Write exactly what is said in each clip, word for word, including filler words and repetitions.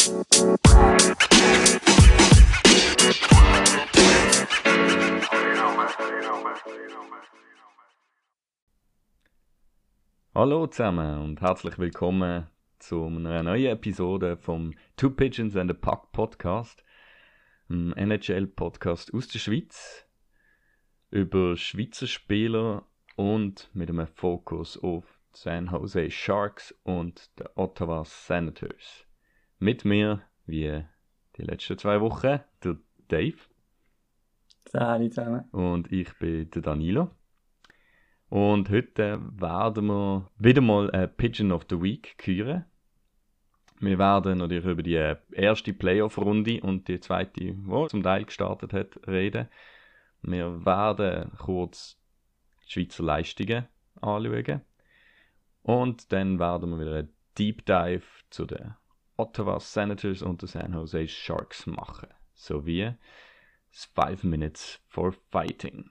Hallo zusammen und herzlich willkommen zu einer neuen Episode vom Two Pigeons and a Puck Podcast, einem N H L-Podcast aus der Schweiz über Schweizer Spieler und mit einem Fokus auf die San Jose Sharks und die Ottawa Senators. Mit mir, wie die letzten zwei Wochen, der Dave. Salut zusammen. Und ich bin der Danilo. Und heute werden wir wieder mal ein Pigeon of the Week küren. Wir werden natürlich über die erste Playoff-Runde und die zweite, die zum Teil gestartet hat, reden. Wir werden kurz die Schweizer Leistungen anschauen. Und dann werden wir wieder einen Deep Dive zu den Ottawa Senators und den San Jose Sharks machen. Sowie das Five Minutes for Fighting.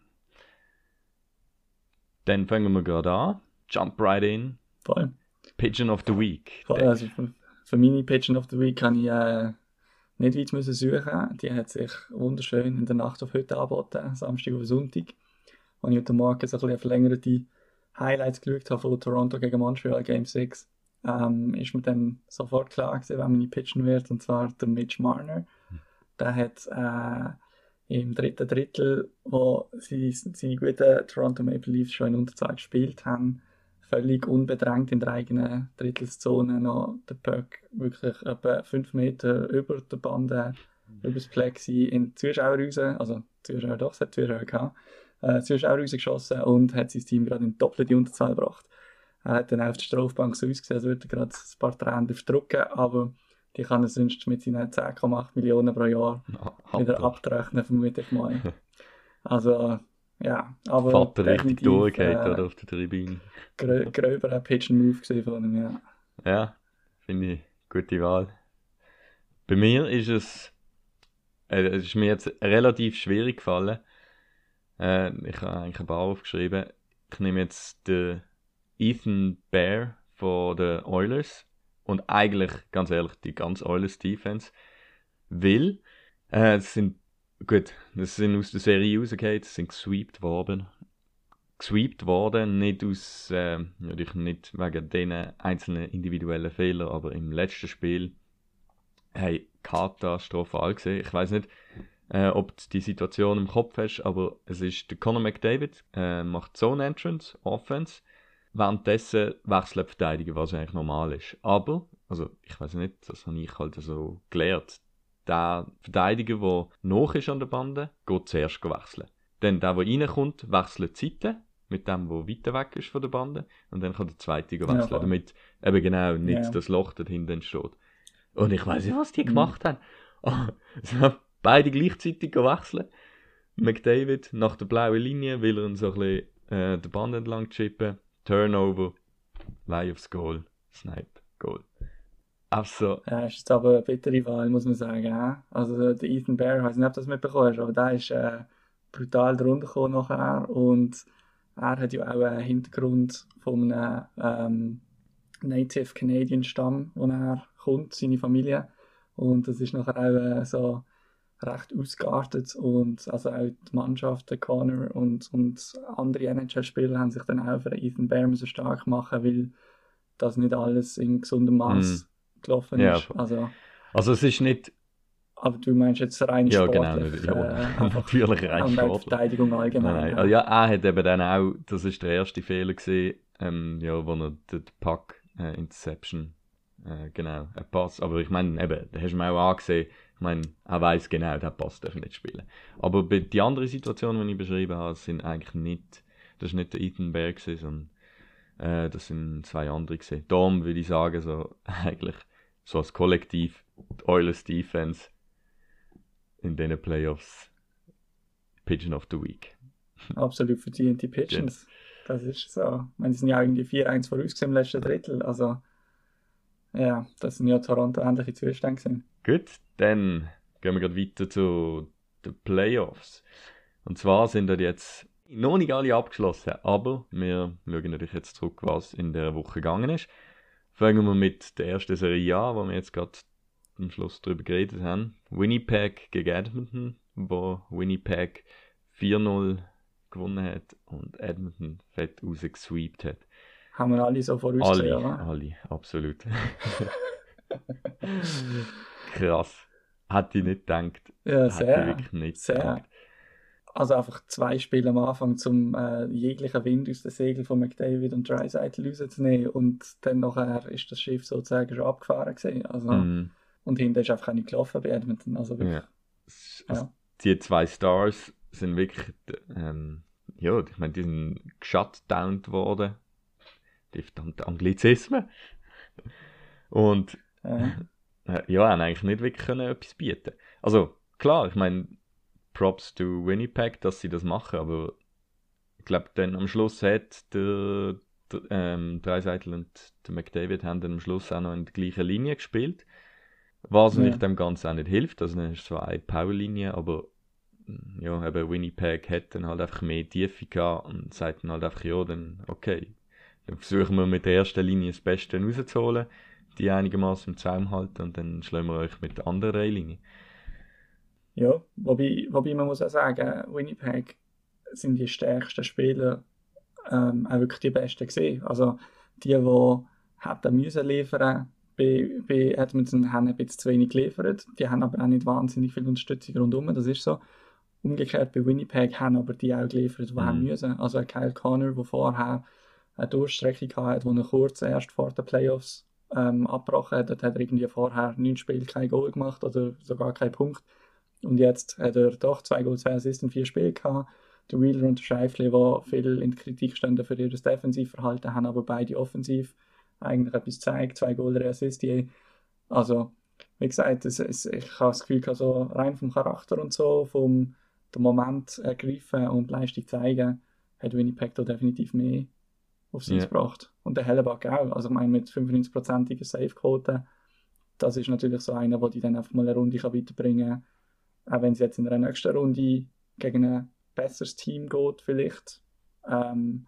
Dann fangen wir gerade an. Jump right in. Voll. Pigeon of the Week. Voll. Also für, für meine Pigeon of the Week kann ich äh, nicht weit müssen suchen. Die hat sich wunderschön in der Nacht auf heute angeboten, Samstag auf Sonntag. Als ich heute Morgen so ein bisschen verlängerte Highlights geschaut habe von Toronto gegen Montreal Game sechs, ähm, ist mir dann sofort klar gewesen, wer meine Pigeon wird, und zwar der Mitch Marner. Der hat äh, im dritten Drittel, wo sie seine guten Toronto Maple Leafs schon in Unterzahl gespielt haben, völlig unbedrängt in der eigenen Drittelszone noch den Puck wirklich etwa fünf Meter über der Bande, über das Plexi in die Zuschauer raus, also Zuschauer doch, es hat Zuschauer gehabt, äh, Zuschauer rausgeschossen und hat sein Team gerade in doppelte Unterzahl gebracht. Er hat dann auf der Strafbank so ausgesehen, als würde er gerade ein paar Tränen drücken, aber die kann er sonst mit seinen zehn Komma acht Millionen pro Jahr Na, wieder abrechnen, vermute ich mal. Also, ja, aber Vater richtig durchgeht äh, oder auf der Tribüne. grö- gröberer Pigeon-Move gesehen von ihm, ja. Ja, finde ich gute Wahl. Bei mir ist es, äh, es ist mir jetzt relativ schwierig gefallen. Äh, ich habe eigentlich ein paar aufgeschrieben. Ich nehme jetzt den Ethan Bear von den Oilers. Und eigentlich, ganz ehrlich, die ganze Oilers Defense. Weil, äh, es sind, gut, das sind aus der Serie rausgegangen, es sind gesweept worden. Gesweept worden, nicht aus, äh, natürlich nicht wegen diesen einzelnen individuellen Fehlern, aber im letzten Spiel, hey, katastrophal gesehen. Ich weiss nicht, äh, ob du die Situation im Kopf hast, aber es ist der Connor McDavid, äh, macht Zone Entrance, Offense. Währenddessen wechseln die Verteidiger, was eigentlich normal ist. Aber, also ich weiß nicht, das habe ich halt so gelernt. Der Verteidiger, der noch ist an der Bande, geht zuerst wechseln. Dann der, der reinkommt, wechselt die Seite mit dem, der weiter weg ist von der Bande. Und dann kann der zweite wechseln, Ja, damit eben genau nicht Ja. das Loch dort hinten entsteht. Und ich weiß nicht, was die gemacht haben. Oh, sie haben beide gleichzeitig wechseln. McDavid nach der blauen Linie will er ihn so ein bisschen äh, der Bande entlang chippen. Turnover, Lie aufs Goal, Snipe, Goal. Also, Ja, ist jetzt aber eine bittere Wahl, muss man sagen. Ja? Also der Ethan Bear, ich weiß nicht, ob du das mitbekommen hast, aber der ist äh, brutal drunter gekommen nachher, und er hat ja auch einen Hintergrund von einem ähm, Native Canadian Stamm, wo er kommt, seine Familie, und das ist nachher auch äh, so recht ausgeartet, und also auch die Mannschaft, der Connor und, und andere N H L-Spieler haben sich dann auch für Ethan Bear so stark machen, weil das nicht alles in gesundem Maß Mm. gelaufen Ja. ist. Also, also es ist nicht... aber du meinst jetzt rein Ja, genau. sportlich, Ja, äh, einfach natürlich rein und auch die sportlich. Verteidigung allgemein. Nein, nein. ja. Also, ja, er hat eben dann auch, das ist der erste Fehler gewesen, ähm, ja, wo er den Puck, äh, Interception, äh, genau, er passt. Aber ich meine, eben, da hast du mir auch angesehen, ich meine, er weiss genau, der Pass darf nicht spielen. Aber bei die anderen Situationen, die ich beschrieben habe, sind eigentlich nicht, das ist nicht der Ethan Bear gewesen, sondern äh, das sind zwei andere gewesen. Darum würde ich sagen, so, eigentlich, so als Kollektiv, die Oilers Defense in diesen Playoffs, Pigeon of the Week. Absolut verdiente Pigeons. Das ist so. Ich meine, die sind ja irgendwie vier eins voraus im letzten Drittel. Also, ja, das sind ja Toronto ähnliche Zustände gewesen. Gut, dann gehen wir gerade weiter zu den Playoffs. Und zwar sind dort jetzt noch nicht alle abgeschlossen, aber wir schauen natürlich jetzt zurück, was in der Woche gegangen ist. Fangen wir mit der ersten Serie an, wo wir jetzt gerade am Schluss darüber geredet haben. Winnipeg gegen Edmonton, wo Winnipeg vier null gewonnen hat und Edmonton fett rausgesweept hat. Haben wir alle so vorausgesehen, Alle, oder? alle, absolut. Krass. Hätte ich nicht gedacht. Ja, Hätte ich sehr. wirklich nicht Sehr. gedacht. Also einfach zwei Spiele am Anfang, zum äh, jeglichen Wind aus den Segeln von McDavid und Draisaitl rauszunehmen und dann nachher ist das Schiff sozusagen schon abgefahren gewesen. Also, Mm, und hinten ist einfach nicht gelaufen bei Edmonton. Also wirklich, ja. Es- Also, ja. die zwei Stars sind wirklich, ähm, ja, ich meine, die sind geshutdownt worden. Die verdammten Anglizismen. Und Ja. äh, ja, haben eigentlich nicht wirklich können etwas bieten. Also, klar, ich meine, Props to Winnipeg, dass sie das machen, aber ich glaube, dann am Schluss hat der, der ähm, Draisaitl und der McDavid haben dann am Schluss auch noch in der gleichen Linie gespielt. Was natürlich Ja. dem Ganzen auch nicht hilft. Also dann ist es zwar eine Powerlinie, aber mm, ja, eben Winnipeg hat dann halt einfach mehr Tiefe gehabt und sagt dann halt einfach, ja, dann okay, dann versuchen wir mit der ersten Linie das Beste rauszuholen, die einigermaßen im Zaum halten und dann schlagen wir euch mit der anderen Linie. Ja, wobei, wobei man muss auch sagen, Winnipeg sind die stärksten Spieler ähm, auch wirklich die besten gesehen. Also die, die hätten müssen liefern bei, bei Edmonton, haben ein bisschen zu wenig geliefert. Die haben aber auch nicht wahnsinnig viel Unterstützung rundherum, das ist so. Umgekehrt bei Winnipeg haben aber die auch geliefert, die Mhm. haben müssen. Also ein Kyle Connor, der vorher eine Durchstrecke hatte, wo er kurz erst vor den Playoffs ähm, abgebrochen hat. Dort hat er irgendwie vorher neun Spiele kein Goal gemacht oder sogar keinen Punkt. Und jetzt hat er doch zwei Goal, zwei Assists in vier Spielen gehabt. Der Wheeler und der Scheifele, die viel in der Kritik standen für ihr Defensivverhalten, haben aber beide offensiv eigentlich etwas gezeigt. Zwei Goal, drei Assists je. Also, wie gesagt, es, es, ich habe das Gefühl, also rein vom Charakter und so, vom den Moment ergreifen und Leistung zeigen, hat Winnipeg da definitiv mehr aufs Eis Ja. gebracht. Und der Hellebuck auch. Also, ich meine, mit fünfundneunzig-prozentiger Safe-Quote, das ist natürlich so einer, der die dann einfach mal eine Runde kann weiterbringen kann. Auch wenn es jetzt in der nächsten Runde gegen ein besseres Team geht, vielleicht. Ähm,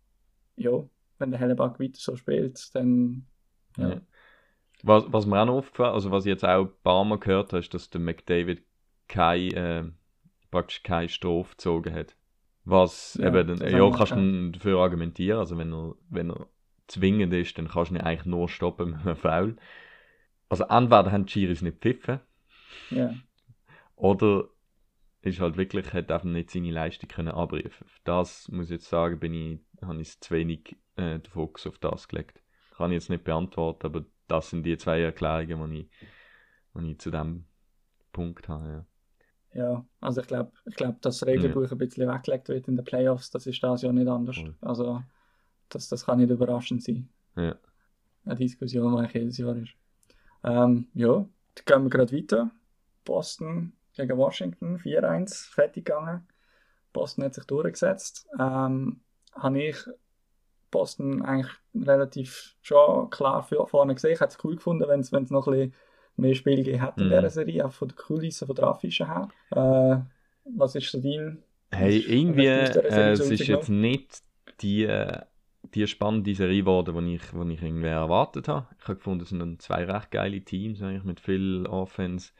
ja, wenn der Hellebuck weiter so spielt, dann ja. Ja. Was, was mir auch noch aufgefallen, also was ich jetzt auch ein paar Mal gehört habe, ist, dass der McDavid kein, äh, praktisch keine Strafe gezogen hat. Was Ja, eben, dann, das ja, habe ich kannst auch du dafür argumentieren, also wenn er, wenn er zwingend ist, dann kannst du ihn eigentlich nur stoppen mit einem Foul. Also entweder haben die Schiris nicht gepfiffen, Ja, oder ist halt wirklich, hat einfach nicht seine Leistung können abrufen. Für das, muss ich jetzt sagen, bin ich, habe ich zu wenig äh, den Fokus auf das gelegt. Kann ich jetzt nicht beantworten, aber das sind die zwei Erklärungen, die ich, die ich zu diesem Punkt habe. Ja. ja. Also ich glaube, ich glaub, dass das Regelbuch ein bisschen weggelegt wird in den Playoffs, das ist das Jahr nicht anders. Voll. Also das, das kann nicht überraschend sein. Ja. Eine Diskussion, die eigentlich jedes Jahr ist. Ähm, ja, dann gehen wir gerade weiter. Boston gegen Washington, vier eins, fertig gegangen. Boston hat sich durchgesetzt. Ähm, habe ich Boston eigentlich relativ schon klar für vorne gesehen. Ich hätte es cool gefunden, wenn es noch ein bisschen mehr Spiele gegeben hätte in Mhm. dieser Serie, auch von der Kulisse, von der Affische her. Äh, was ist so dein... Hey, was- irgendwie, was hast du aus dieser Serie äh, so es ist jetzt rausgenommen? nicht die, äh, die spannende Serie geworden, die ich, die ich irgendwie erwartet habe. Ich habe gefunden, es sind dann zwei recht geile Teams, eigentlich mit viel Offense,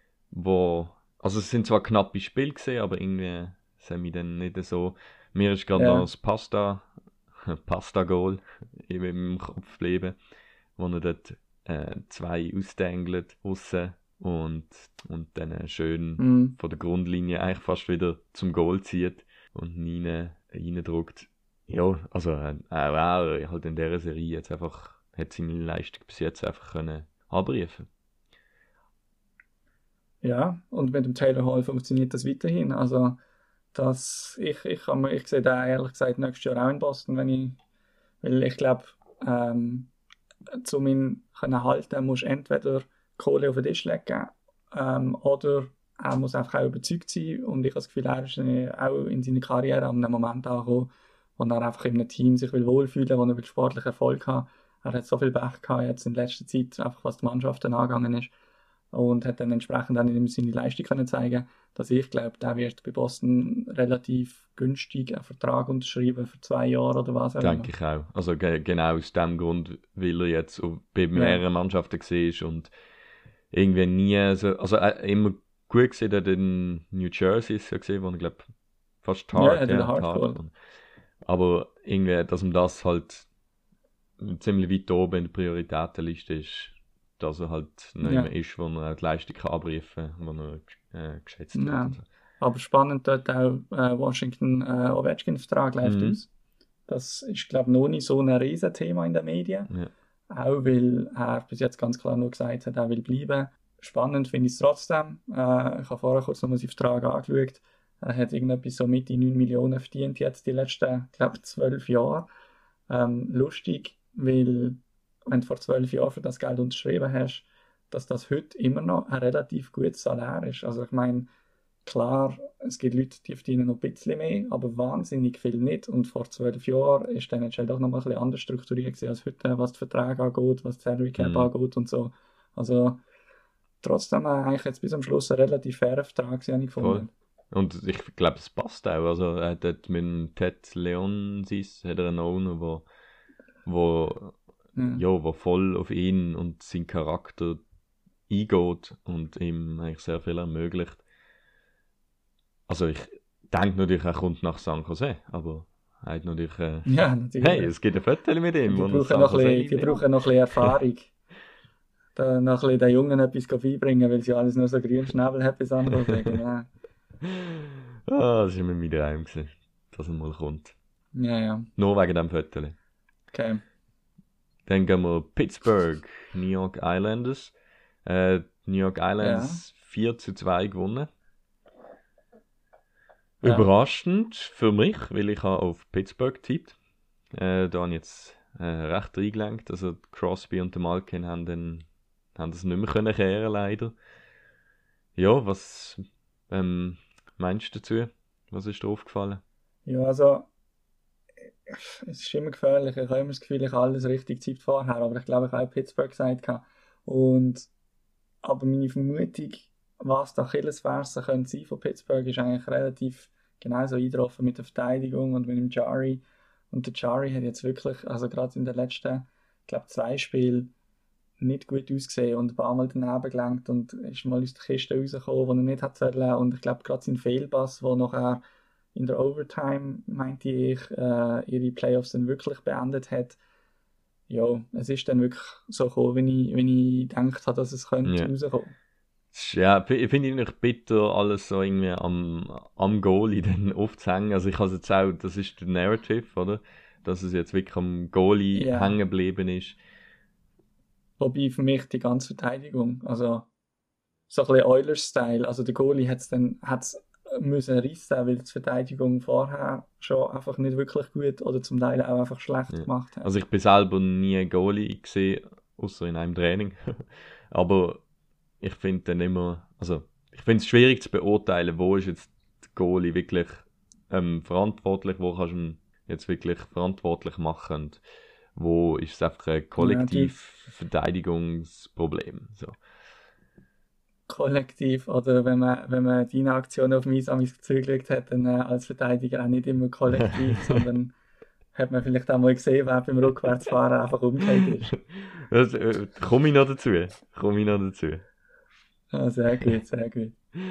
wo, also es sind zwar knappe Spiele gewesen, aber irgendwie sind wir dann nicht so, mir ist gerade Ja. noch das Pasta, Pasta-Goal im Kopf geblieben, wo er dort äh, zwei ausdengelt, aussen und, und dann äh, schön Mhm. von der Grundlinie eigentlich fast wieder zum Goal zieht und rein, reindruckt. Ja, also äh, auch er halt in dieser Serie jetzt einfach, hat seine Leistung bis jetzt einfach können abrufen. Ja, und mit dem Taylor Hall funktioniert das weiterhin. Also, das, ich, ich, kann mir- ich sehe da ehrlich gesagt nächstes Jahr auch in Boston, wenn ich, weil ich glaube, ähm, um ihn können halten, musst du entweder Kohle auf den Tisch legen ähm, oder er muss einfach auch überzeugt sein. Und ich habe das Gefühl, er ist äh, auch in seiner Karriere an einem Moment angekommen, wo er einfach in einem Team sich will wohlfühlen, wo er will sportlichen Erfolg haben. Er hat so viel Pech gehabt jetzt in letzter Zeit, einfach was die Mannschaften angegangen ist. Und hat dann entsprechend dann ihm seine Leistung können zeigen, dass ich glaube, der wird bei Boston relativ günstig einen Vertrag unterschreiben für zwei Jahre oder was auch immer. Denke ich auch. Also ge genau aus dem Grund, weil er jetzt auf- bei Ja. mehreren Mannschaften war und irgendwie nie so, also äh, immer gut gesehen, dort in New Jersey ist es ja gesehen, wo ich glaube fast Ja, hard, hat ja, wieder hart hard. geholt. Und- Aber irgendwie, dass man das halt ziemlich weit oben in der Prioritätenliste ist, dass er halt nicht Ja. mehr ist, wo er auch die Leistung kann abrufen kann, wo er äh, geschätzt wird. Ja. und so. Aber spannend dort auch, äh, Washington äh, Ovechkin-Vertrag läuft Mhm. aus. Das ist, glaube ich, noch nicht so ein Riesenthema in den Medien. Ja. Auch weil er bis jetzt ganz klar nur gesagt hat, er will bleiben. Spannend finde ich es trotzdem. Äh, ich habe vorher kurz noch mal seinen Vertrag angeschaut. Er hat irgendetwas so Mitte neun Millionen verdient jetzt die letzten, glaube ich, zwölf Jahre. Ähm, lustig, weil wenn du vor zwölf Jahren für das Geld unterschrieben hast, dass das heute immer noch ein relativ gutes Salär ist. Also ich meine, klar, es gibt Leute, die verdienen noch ein bisschen mehr, aber wahnsinnig viel nicht. Und vor zwölf Jahren ist der N H L doch noch mal ein bisschen anders strukturiert gewesen als heute, was die Verträge angeht, was die Salary Cap Mhm. angeht und so. Also trotzdem äh, eigentlich jetzt bis am Schluss ein relativ fairer Vertrag, habe ich gefunden. Und ich glaube, es passt auch. Also er hat dort mit dem Ted Leonsis hat er einen Owner, wo, wo, Ja. ja, wo voll auf ihn und seinen Charakter eingeht und ihm eigentlich sehr viel ermöglicht. Also ich denke natürlich, er kommt nach San Jose, aber er hat natürlich... Äh, Ja, natürlich. hey, es gibt ein Foto mit ihm. die wo er brauchen San noch ein Jose bisschen, die nimmt. brauchen noch ein bisschen Erfahrung. Da noch ein bisschen den Jungen etwas beibringen, weil sie alles nur so grün Schnäbel hat bis anrufen. Genau. Ah, das war immer mein Traum, gewesen, dass er mal kommt. Ja, ja. Nur wegen dem Foto. Okay. Dann gehen wir Pittsburgh, New York Islanders. Äh, New York Islanders vier zu zwei gewonnen. Ja. Überraschend für mich, weil ich habe auf Pittsburgh getippt. Äh, da habe ich jetzt äh, recht reingelenkt. Also Crosby und der Malkin haben, dann, haben das nicht mehr können kehren, leider. Ja, was ähm, meinst du dazu? Was ist dir aufgefallen? Ja, also es ist immer gefährlich. Ich habe immer das Gefühl, ich habe alles richtig Zeit vorher, aber ich glaube, ich habe auch Pittsburgh gesagt. Und, aber meine Vermutung, was die Achillesferse könnte sein von Pittsburgh, ist eigentlich relativ genauso eingetroffen mit der Verteidigung und mit dem Jarry. Und der Jarry hat jetzt wirklich, also gerade in den letzten, ich glaube, zwei Spielen nicht gut ausgesehen und ein paar Mal daneben gelenkt und ist mal aus der Kiste rausgekommen, wo er nicht hat sollen. Und ich glaube, gerade sein Fehlpass, wo nachher in der Overtime, meinte ich, äh, ihre Playoffs dann wirklich beendet hat. Ja, es ist dann wirklich so gekommen, wie ich, wie ich gedacht habe, dass es könnte Ja. rauskommen. Das ist- Ja, f- finde ich nicht bitter, alles so irgendwie am, am Goalie dann aufzuhängen. Also ich habe jetzt auch, das ist der Narrative, oder? Dass es jetzt wirklich am Goalie Ja. hängen geblieben ist. Wobei für mich die ganze Verteidigung, also so ein bisschen Oilers-Style, also der Goalie hat es dann hat's müssen reissen, weil die Verteidigung vorher schon einfach nicht wirklich gut oder zum Teil auch einfach schlecht Ja. gemacht hat. Also ich bin selber nie Goalie gesehen, außer in einem Training. Aber ich finde dann immer, also ich finde es schwierig zu beurteilen, wo ist jetzt der Goalie wirklich ähm, verantwortlich, wo kannst du ihn jetzt wirklich verantwortlich machen und wo ist es einfach ein Kollektivverteidigungsproblem. So. Kollektiv, oder wenn man, wenn man deine Aktion auf mich zurückgelegt hat, dann äh, als Verteidiger auch nicht immer kollektiv, sondern hat man vielleicht auch mal gesehen, wer beim Rückwärtsfahren einfach umgekehrt ist. Das, äh, komme ich noch dazu. Komme ich noch dazu. Ah, sehr gut, sehr gut.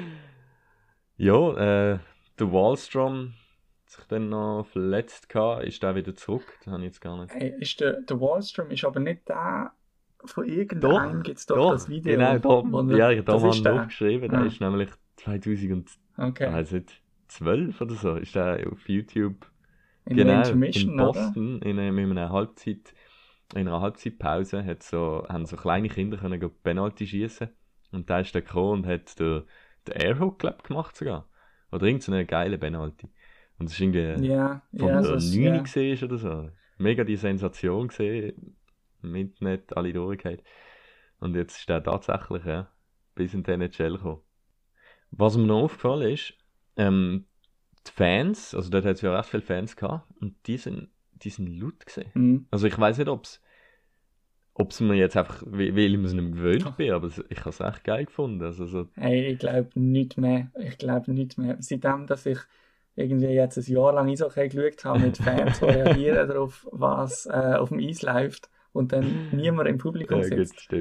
Ja, äh, der Wallstrom hat sich dann noch verletzt gehabt. Ist der wieder zurück? Das habe ich jetzt gar nicht. Hey, ist der, der Wallstrom ist aber nicht der, von irgendeinem gibt es doch, doch, das Video. genau, wo da, er- ja, da das haben ist wir der. aufgeschrieben. Der Ah. ist nämlich Okay. zweitausendzwölf oder so, ist der auf YouTube. In Genau, der Intermission, in oder? Boston, in, einem- in einer Halbzeit, in einer Halbzeitpause hat so, haben so kleine Kinder können go Penalty schießen und da ist der gekommen und hat den, den Airhook glaub, gemacht sogar. Oder irgendeine geile Penalty. Und es ist irgendwie Ja, von ja, der so ist- neun ja. gesehen oder so. Mega die Sensation gesehen, im Internet alle durchgehend. Und jetzt ist der tatsächlich ja, bis in die N H L gekommen. Was mir noch aufgefallen ist, ähm, die Fans, also dort hat es ja recht viele Fans gehabt, und die sind, die sind laut gesehen. Mhm. Also ich weiß nicht, ob es ob es mir jetzt einfach, weil weil ich mir es nicht mehr gewöhnt bin, aber es- ich habe es echt geil gefunden. Also so, Hey, ich glaube nicht mehr. Ich glaube nicht mehr. Seitdem, dass ich irgendwie jetzt ein Jahr lang Eishockey geschaut habe mit Fans, die reagieren darauf, was äh, auf dem Eis läuft und dann niemand im Publikum ja, gut, sitzt. stimmt.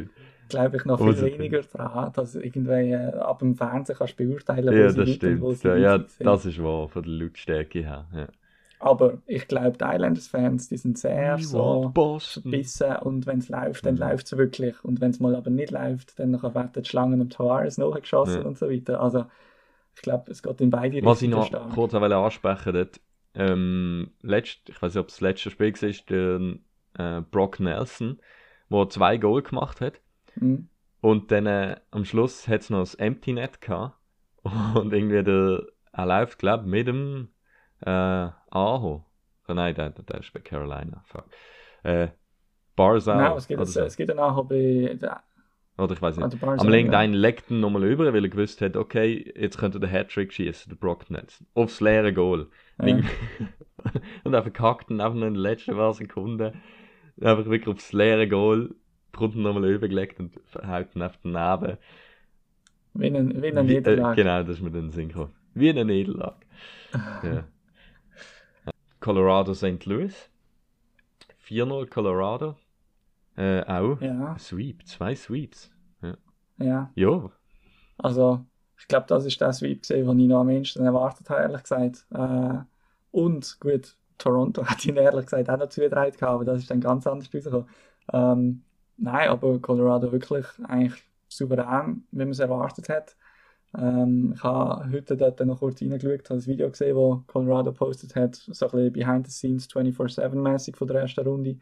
glaube ich, noch viel Rausfinden. weniger daran, dass irgendwie äh, ab dem Fernsehen kannst du beurteilen, wo Ja, sie das Leute und wo stimmt. sie Ja, ja, wichtig sind. das ist wahr, von der Lautstärke her. Ja. Aber ich glaube, die Islanders-Fans, die sind sehr We want so Boston. verbissen und wenn es läuft, dann Mhm. läuft es wirklich. Und wenn es mal aber nicht läuft, dann nachher werden die Schlangen um Tavares nachgeschossen Ja. und so weiter. Also ich glaube, es geht in beide Was ich Richtungen noch stark. kurz auch ansprechen wollte, ähm, letzt, ich weiß nicht, ob es das letzte Spiel war, der äh, Brock Nelson, der zwei Goal gemacht hat. Mhm. Und dann äh, am Schluss hat es noch das Empty Net gehabt. Und irgendwie der, er läuft, glaube ich, mit dem äh, Aho. Oh, nein, der, der ist bei Carolina. Fuck. Äh, Barzal. Nein, es gibt, oder es, so. es gibt danach bei der, Oder ich weiß nicht. an der Barzal, Am irgendein ja. legt ihn nochmal über, weil er gewusst hat, okay, jetzt könnte der Hattrick schießen, der Brock Nelson. Aufs leere Goal. Ja. Und er verkackt ihn einfach noch in den letzten paar Sekunden. Einfach wirklich aufs leere Goal. Brunten nochmal übergelegt und haut ihn einfach daneben. Wie eine, wie eine Wie, äh, Niederlage. genau, das ist mir dann Synchro. Wie eine Niederlage. Ja. Colorado Saint Louis. vier null Colorado. Äh, auch. Ja, Sweep. Zwei Sweeps. ja. Ja. Also, ich glaube, das ist der Sweep gewesen, den ich noch am ehesten erwartet habe, ehrlich gesagt. Äh, und gut, Toronto hat ihn ehrlich gesagt auch noch zugetragen gehabt, aber das ist dann ganz anders rausgekommen. Ähm, nein, aber Colorado wirklich eigentlich souverän, wie man es erwartet hat. Ähm, ich habe heute dort noch kurz reingeschaut, habe das Video gesehen, das Colorado postet hat, so ein bisschen behind the scenes vierundzwanzig sieben mäßig von der ersten Runde.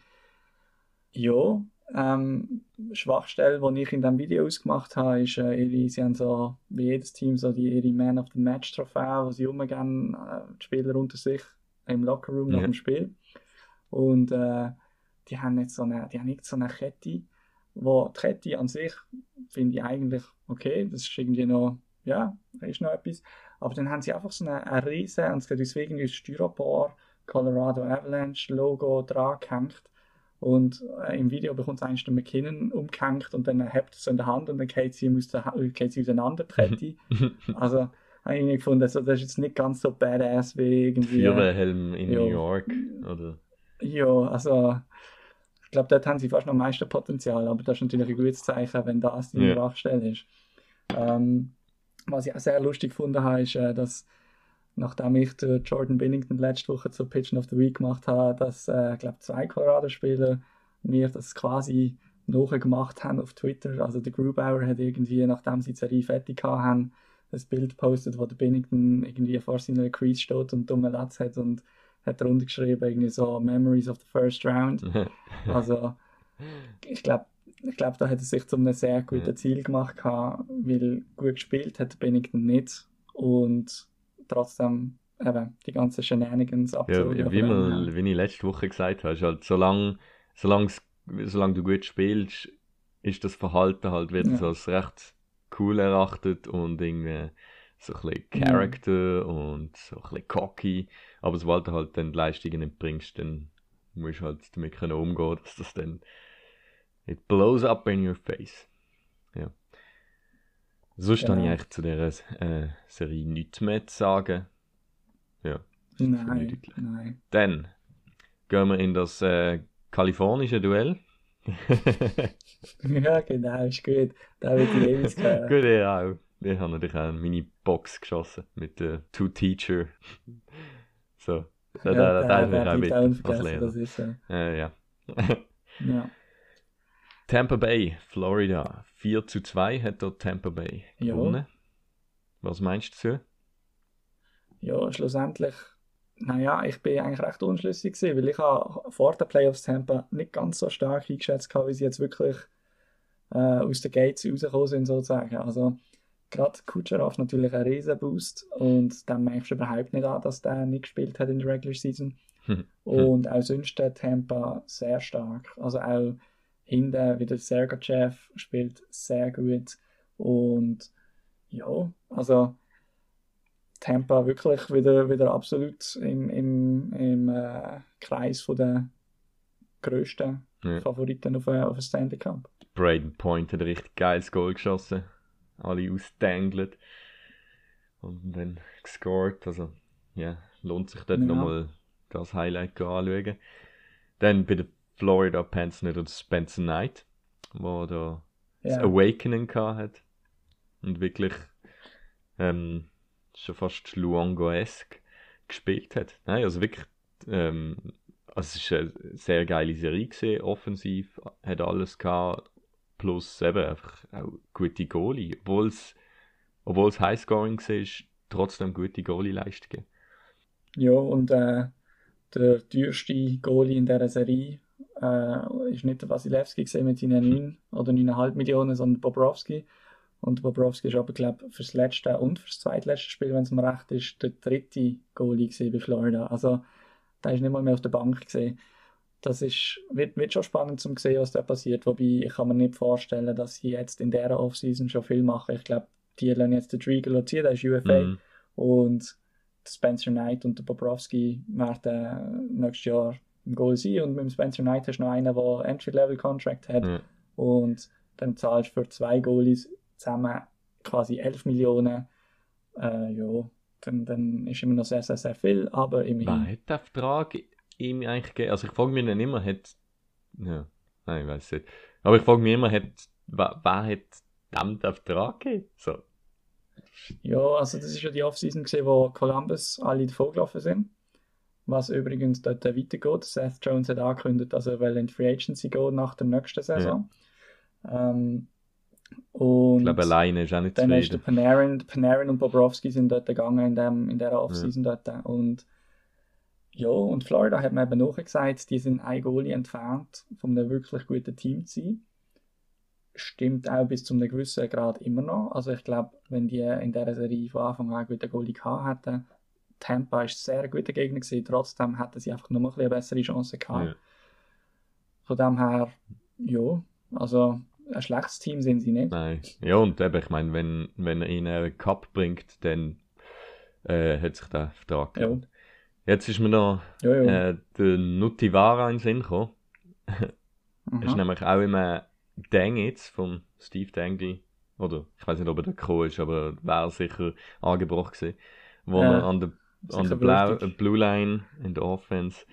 Ja, ähm, Schwachstelle, die ich in diesem Video ausgemacht habe, ist, äh, ihre, sie haben so, wie jedes Team, so die, ihre Man of the Match Trophäe, die sie umgehen, äh, die Spieler unter sich im Lockerroom nach Ja. dem Spiel. Und äh, die haben jetzt so eine, die haben nicht so eine Kette, wo die Kette an sich finde ich eigentlich okay, das ist irgendwie noch, ja, da ist noch etwas. Aber dann haben sie einfach so eine, eine riesen, und es geht uns irgendwie aus Styropor, Colorado Avalanche Logo dran gehängt. Und äh, im Video bekommt es eigentlich der McKinnon umgehängt und dann hebt es so in der Hand und dann geht sie, aus der, geht sie auseinander, die Kette. Also, habe ich irgendwie gefunden, also, das ist jetzt nicht ganz so badass wie irgendwie. Feuerwehrhelm in ja. New York. Oder? Ja, also, ich glaube, dort haben sie fast noch am meisten Potenzial, aber das ist natürlich ein gutes Zeichen, wenn das die Ja. Schwachstelle ist. Ähm, was ich auch sehr lustig gefunden habe, ist, äh, dass nachdem ich den Jordan Binnington letzte Woche zur Pitch of the Week gemacht habe, dass, äh, glaube zwei Colorado-Spieler mir das quasi nachgemacht haben auf Twitter. Also der Grubauer hat irgendwie, nachdem sie die Serie fertig haben, ein Bild gepostet, wo der Binnington irgendwie vor seiner Crease steht und dumme Latz hat und hat darunter geschrieben, irgendwie so Memories of the first round. Also ich glaube, ich glaube, da hat er sich zu einem sehr guten Ja. Ziel gemacht, gehabt, weil gut gespielt hat Binnington nicht und trotzdem eben die ganzen Shenanigans Ja, abzogen. wie, von wie, dem wir, her. wie ich letzte Woche gesagt habe, ist halt, solange, solange, solange du gut spielst, ist das Verhalten halt wieder Ja. so als recht cool erachtet und irgendwie so ein bisschen Ja. Character und so ein bisschen cocky. Aber sobald du halt dann die Leistungen nicht bringst, dann musst du halt damit können umgehen, dass das dann it blows up in your face. Ja. Sonst Genau. habe ich eigentlich zu dieser äh, Serie nichts mehr zu sagen. Ja. Für mich Nein, deutlich. nein. Dann gehen wir in das äh, kalifornische Duell. Ja, genau, ist gut. Da wird ich ewig hören. Gut, ja auch. Ich habe natürlich auch meine Box geschossen mit der Two Teacher. So. Da, Ja, da, da, der, da der ich bleibt auch auch mit als unvergessen, das Lehrer. ist so. Äh, ja. Ja. Tampa Bay, Florida. vier zu zwei hat dort Tampa Bay Ja. gewonnen. Was meinst du dazu? Ja, schlussendlich, naja, ich bin eigentlich recht unschlüssig gewesen, weil ich habe vor den Playoffs Tampa nicht ganz so stark eingeschätzt gehabt, wie sie jetzt wirklich äh, aus den Gates rausgekommen sind, sozusagen. Also, gerade Kucherov natürlich ein riesen Boost und dann merkst du überhaupt nicht an, dass der nicht gespielt hat in der Regular Season. Und auch sonst der Tampa sehr stark. Also auch hinten wieder Sergachev spielt sehr gut. Und ja, also Tampa wirklich wieder, wieder absolut im, im, im äh, Kreis von der grössten Ja. Favoriten auf einen auf einen Stanley Cup. Braden Point hat ein richtig geiles Goal geschossen. Alle ausdangelt. Und dann gescored. Also, ja, lohnt sich dort Ja. nochmal das Highlight anschauen. Dann bei den Florida Panthers nicht und Spencer Knight, wo da das Ja. Awakening gehabt hat. Und wirklich ähm, schon fast Luongo-esque gespielt hat. Nein, also wirklich, ähm, also es war eine sehr geile Serie gewesen, offensiv, hat alles gehabt, plus eben einfach auch gute Goalie. Obwohl es obwohl es Highscoring war, trotzdem gute Goalie-Leistungen. Ja, und äh, der teuerste Goalie in dieser Serie äh, ist nicht der Wasilewski gewesen mit seinen neun oder neun Komma fünf Millionen, sondern Bobrovski. Und Bobrovski ist aber, glaube ich, für das letzte und für das zweitletzte Spiel, wenn es mir recht ist, der dritte Goalie gewesen bei Florida. Also, der ist nicht mal mehr auf der Bank gesehen. Das ist, wird, wird schon spannend zu sehen, was da passiert. Wobei, ich kann mir nicht vorstellen, dass sie jetzt in dieser Offseason schon viel machen. Ich glaube, die lassen jetzt den Driegel ziehen, der ist U F A. Mhm. Und der Spencer Knight und der Bobrovski werden nächstes Jahr im Goal sein. Und mit dem Spencer Knight hast du noch einen, der Entry-Level-Contract hat. Ja. Und dann zahlst du für zwei Goalies zusammen quasi elf Millionen. Äh, ja, dann, dann ist immer noch sehr, sehr, sehr viel, aber Wer immerhin. hat den Vertrag ihm eigentlich gegeben? Also ich frage mich dann immer, hat... Ja, nein, ich weiß nicht. Aber ich frage mich immer, hat, wer, wer hat dem den Vertrag gegeben? So. Ja, also das ist ja die Offseason gesehen, wo Columbus alle davon gelaufen sind. Was übrigens dort weitergeht. Seth Jones hat angekündigt, dass er will in die Free Agency geht nach der nächsten Saison. Ähm, und Ich glaube, alleine ist auch nicht dann ist der zufrieden. Panarin, der Panarin und Bobrovski sind dort gegangen in, dem, in dieser Offseason dort. Und ja, und Florida hat mir eben nachgesagt, die sind ein Goalie entfernt, von einem wirklich guten Team zu sein. Stimmt auch bis zu einem gewissen Grad immer noch. Also ich glaube, wenn die in dieser Serie von Anfang an einen guten Goalie gehabt hätten, Tampa war ein sehr guter Gegner gewesen, trotzdem hätten sie einfach noch mal ein bisschen eine bessere Chance gehabt. Ja. Von dem her, ja, also ein schlechtes Team sind sie nicht. Nein. Ja, und eben, ich meine, wenn, wenn er ihnen einen Cup bringt, dann äh, hat sich der Vertrag Ja, gelohnt. Jetzt ist mir noch ja, ja. äh, der Nutivara in den Sinn gekommen. Ist Aha. nämlich auch immer Dangitz von Steve Dangle. Oder ich weiß nicht, ob er da gekommen ist, aber wäre sicher angebrochen gewesen. Wo Äh, er an der, an sicher der Blau, wichtig. Blue Line in der Offense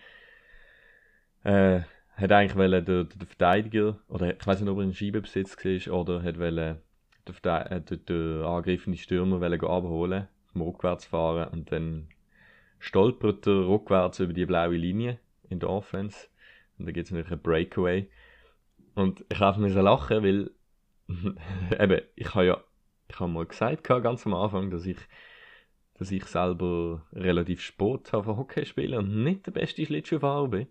äh, hat eigentlich wollen der, der Verteidiger, oder ich weiß nicht, ob er in Schiebebesitz war, oder hat wollen der, Verte- äh, der, der angreifende Stürmer wollen gehen abholen, vom Rückwärtsfahren, und dann stolpert er rückwärts über die blaue Linie in der Offense. Und dann gibt es natürlich einen Breakaway. Und ich habe mir so lachen, weil eben, ich habe ja ich habe mal gesagt, gehabt, ganz am Anfang, dass ich, dass ich selber relativ spät habe von Hockey spielen und nicht der beste Schlittschuhfahrer bin.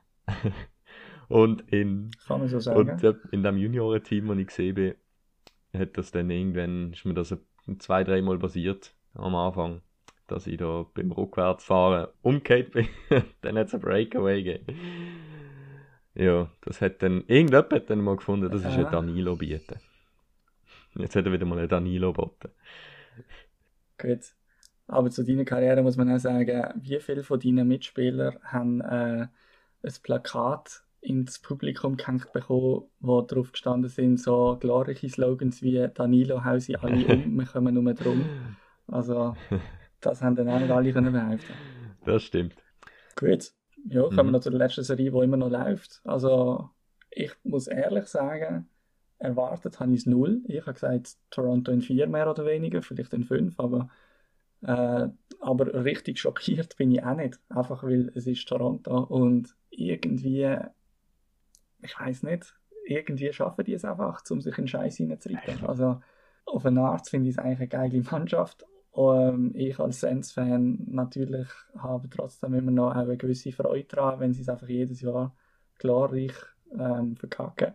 und in, Kann man so und sagen. ja, in dem Juniorenteam, wo ich gesehen bin, hat das dann irgendwann, ist mir das zwei, dreimal passiert am Anfang, dass ich da beim Rückwärtsfahren umgekehrt bin. Dann hat es ein Breakaway gegeben. Ja, das hat dann, irgendjemand hat dann mal gefunden, das ist ein Äh, Danilo bieten. Jetzt hat er wieder mal einen Danilo geboten. gut. Aber zu deiner Karriere muss man auch sagen, wie viele von deinen Mitspielern haben äh, ein Plakat ins Publikum gehängt bekommen, wo drauf gestanden sind, so glorreiche Slogans wie «Danilo, hau sie alle um, wir kommen nur drum». Also, das haben dann auch nicht alle können behaupten. Das stimmt. Gut, ja, kommen wir Mhm. noch zur letzten Serie, die immer noch läuft. Also, ich muss ehrlich sagen, erwartet habe ich es null. Ich habe gesagt, Toronto in vier mehr oder weniger, vielleicht in fünf, aber, äh, aber richtig schockiert bin ich auch nicht. Einfach weil es ist Toronto und irgendwie, ich weiß nicht, irgendwie schaffen die es einfach, um sich in den Scheiß hineinzureiten. Also, auf eine Art finde ich es eigentlich eine geile Mannschaft. Ähm, ich als Sens-Fan natürlich habe trotzdem immer noch auch eine gewisse Freude daran, wenn sie es einfach jedes Jahr glorreich ähm, verkacken.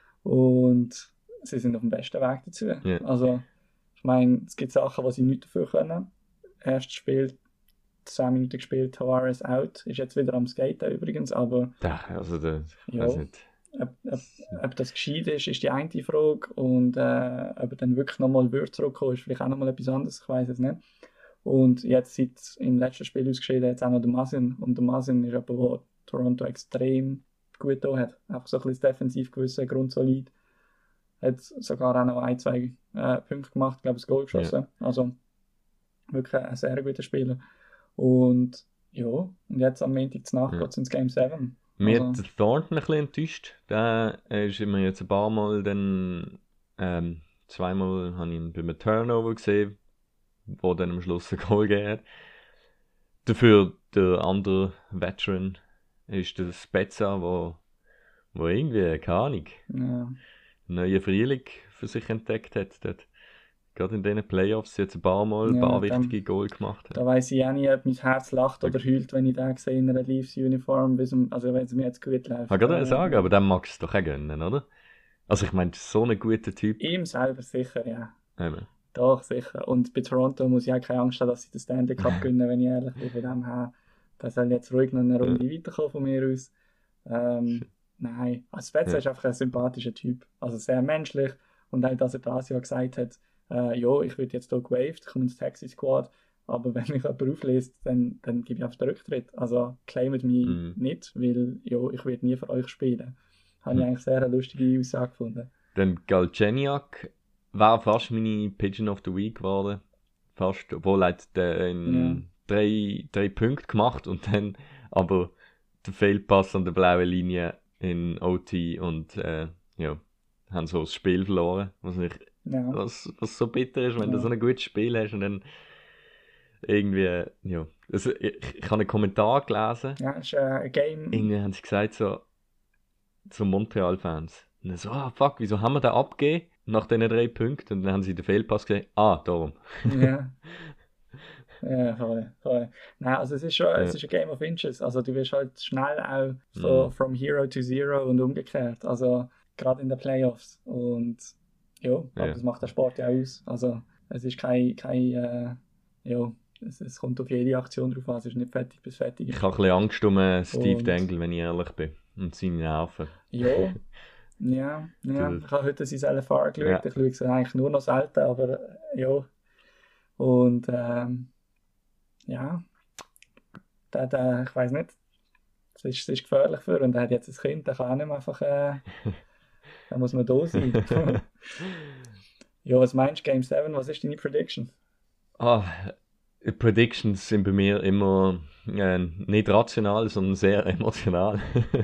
Und sie sind auf dem besten Weg dazu. Ja. Also, ich meine, es gibt Sachen, die sie nicht dafür können. Erstes Spiel, zehn Minuten gespielt, Tavares out. Ist jetzt wieder am Skaten übrigens, aber Da, also, da, ich ja, weiß nicht. ob, ob, ob das gescheit ist, ist die eine Frage. Und äh, ob er dann wirklich nochmal wird zurückkommen, ist vielleicht auch nochmal etwas anderes, ich weiß es nicht. Und jetzt seit im letzten Spiel ausgeschieden jetzt auch noch der Masin. Und der Masin ist jemand, der Toronto extrem gut da hat. Einfach so ein bisschen defensiv gewissen, grundsolid. Hat sogar auch noch ein, zwei äh, Punkte gemacht, glaube ich, das Goal geschossen. Also wirklich ein sehr guter Spieler. Und ja, und jetzt am Montag zur Nacht Ja. geht es ins Game sieben. Mir Also, hat der Thornton ein bisschen enttäuscht. Der ist immer jetzt ein paar Mal dann Ähm, zweimal habe ich ihn bei einem Turnover gesehen, wo dann am Schluss ein Goal gegeben hat. Dafür der andere Veteran ist der Spezza, wo, wo irgendwie, keine Ahnung, Ja. einen neuen Frühling für sich entdeckt hat. Dort. Gerade in diesen Playoffs jetzt ein paar Mal ein Ja, paar dann- wichtige Goal gemacht hat. Da weiss ich auch nicht, ob mein Herz lacht oder heult, wenn ich den sehe in einer Leafs-Uniform, also wenn es mir jetzt gut läuft. Ich kann gerade Äh, sagen, aber dem magst du es doch auch gönnen, oder? Also ich meine, so ein guter Typ. Ihm selber sicher, ja. Eben. Doch, sicher. Und bei Toronto muss ich auch keine Angst haben, dass sie den Stanley Cup gewinnen, wenn ich ehrlich bin. Von dem her, da soll jetzt ruhig noch eine Runde weiterkommen von mir aus. Ähm, nein, also Spezza Ja. ist einfach ein sympathischer Typ. Also sehr menschlich. Und auch, dass er das Jahr gesagt hat, äh, ja, ich werde jetzt hier gewaved, ich komme ins Taxi Squad, aber wenn mich jemand auflässt, dann, dann gebe ich einfach den Rücktritt. Also claimt mich Mhm. nicht, weil ja, ich werde nie für euch spielen. Habe ich eigentlich sehr eine lustige Aussage gefunden. Dann Galchenyuk war fast meine Pigeon of the Week geworden. Fast, obwohl er hat den drei, drei Punkte gemacht und dann aber der Fehlpass an der blauen Linie in O T und äh, ja, haben so das Spiel verloren. Was, ich, Ja. was, was so bitter ist, wenn Ja. du so ein gutes Spiel hast und dann irgendwie, ja. Also, ich, ich habe einen Kommentar gelesen. Ja, es ist äh, ein Game. Irgendwie haben sie gesagt, so, zu Montreal-Fans. Und dann so, ah, fuck, wieso haben wir den abgegeben nach diesen drei Punkten? Und dann haben sie den Fehlpass gesehen. Ah, darum. Ja. Ja, voll, voll. Nein, also es ist schon es ist ein Game of Inches. Also du wirst halt schnell auch von, Mhm. from Hero to Zero und umgekehrt. Also gerade in den Playoffs. Und ja, aber Ja. das macht der Sport ja aus. Also es ist kein, kein äh, ja, es, es kommt auf jede Aktion drauf an. Es ist nicht fertig bis fertig. Ich habe ein bisschen Angst um äh, Steve Und- Dangle, wenn ich ehrlich bin. Und seine Nerven. Ja, ja, ja. Das- Ich habe heute sein L F R geschaut. Ja. Ich schaue es eigentlich nur noch selten, aber äh, ja. Und ähm, ja, der, der, ich weiß nicht, es ist, es ist gefährlich für ihn. Und er hat jetzt ein Kind, der kann auch nicht mehr einfach, äh, da muss man da sein. Ja, was meinst du, Game sieben, was ist deine Prediction? Ah, die Predictions sind bei mir immer äh, nicht rational, sondern sehr emotional.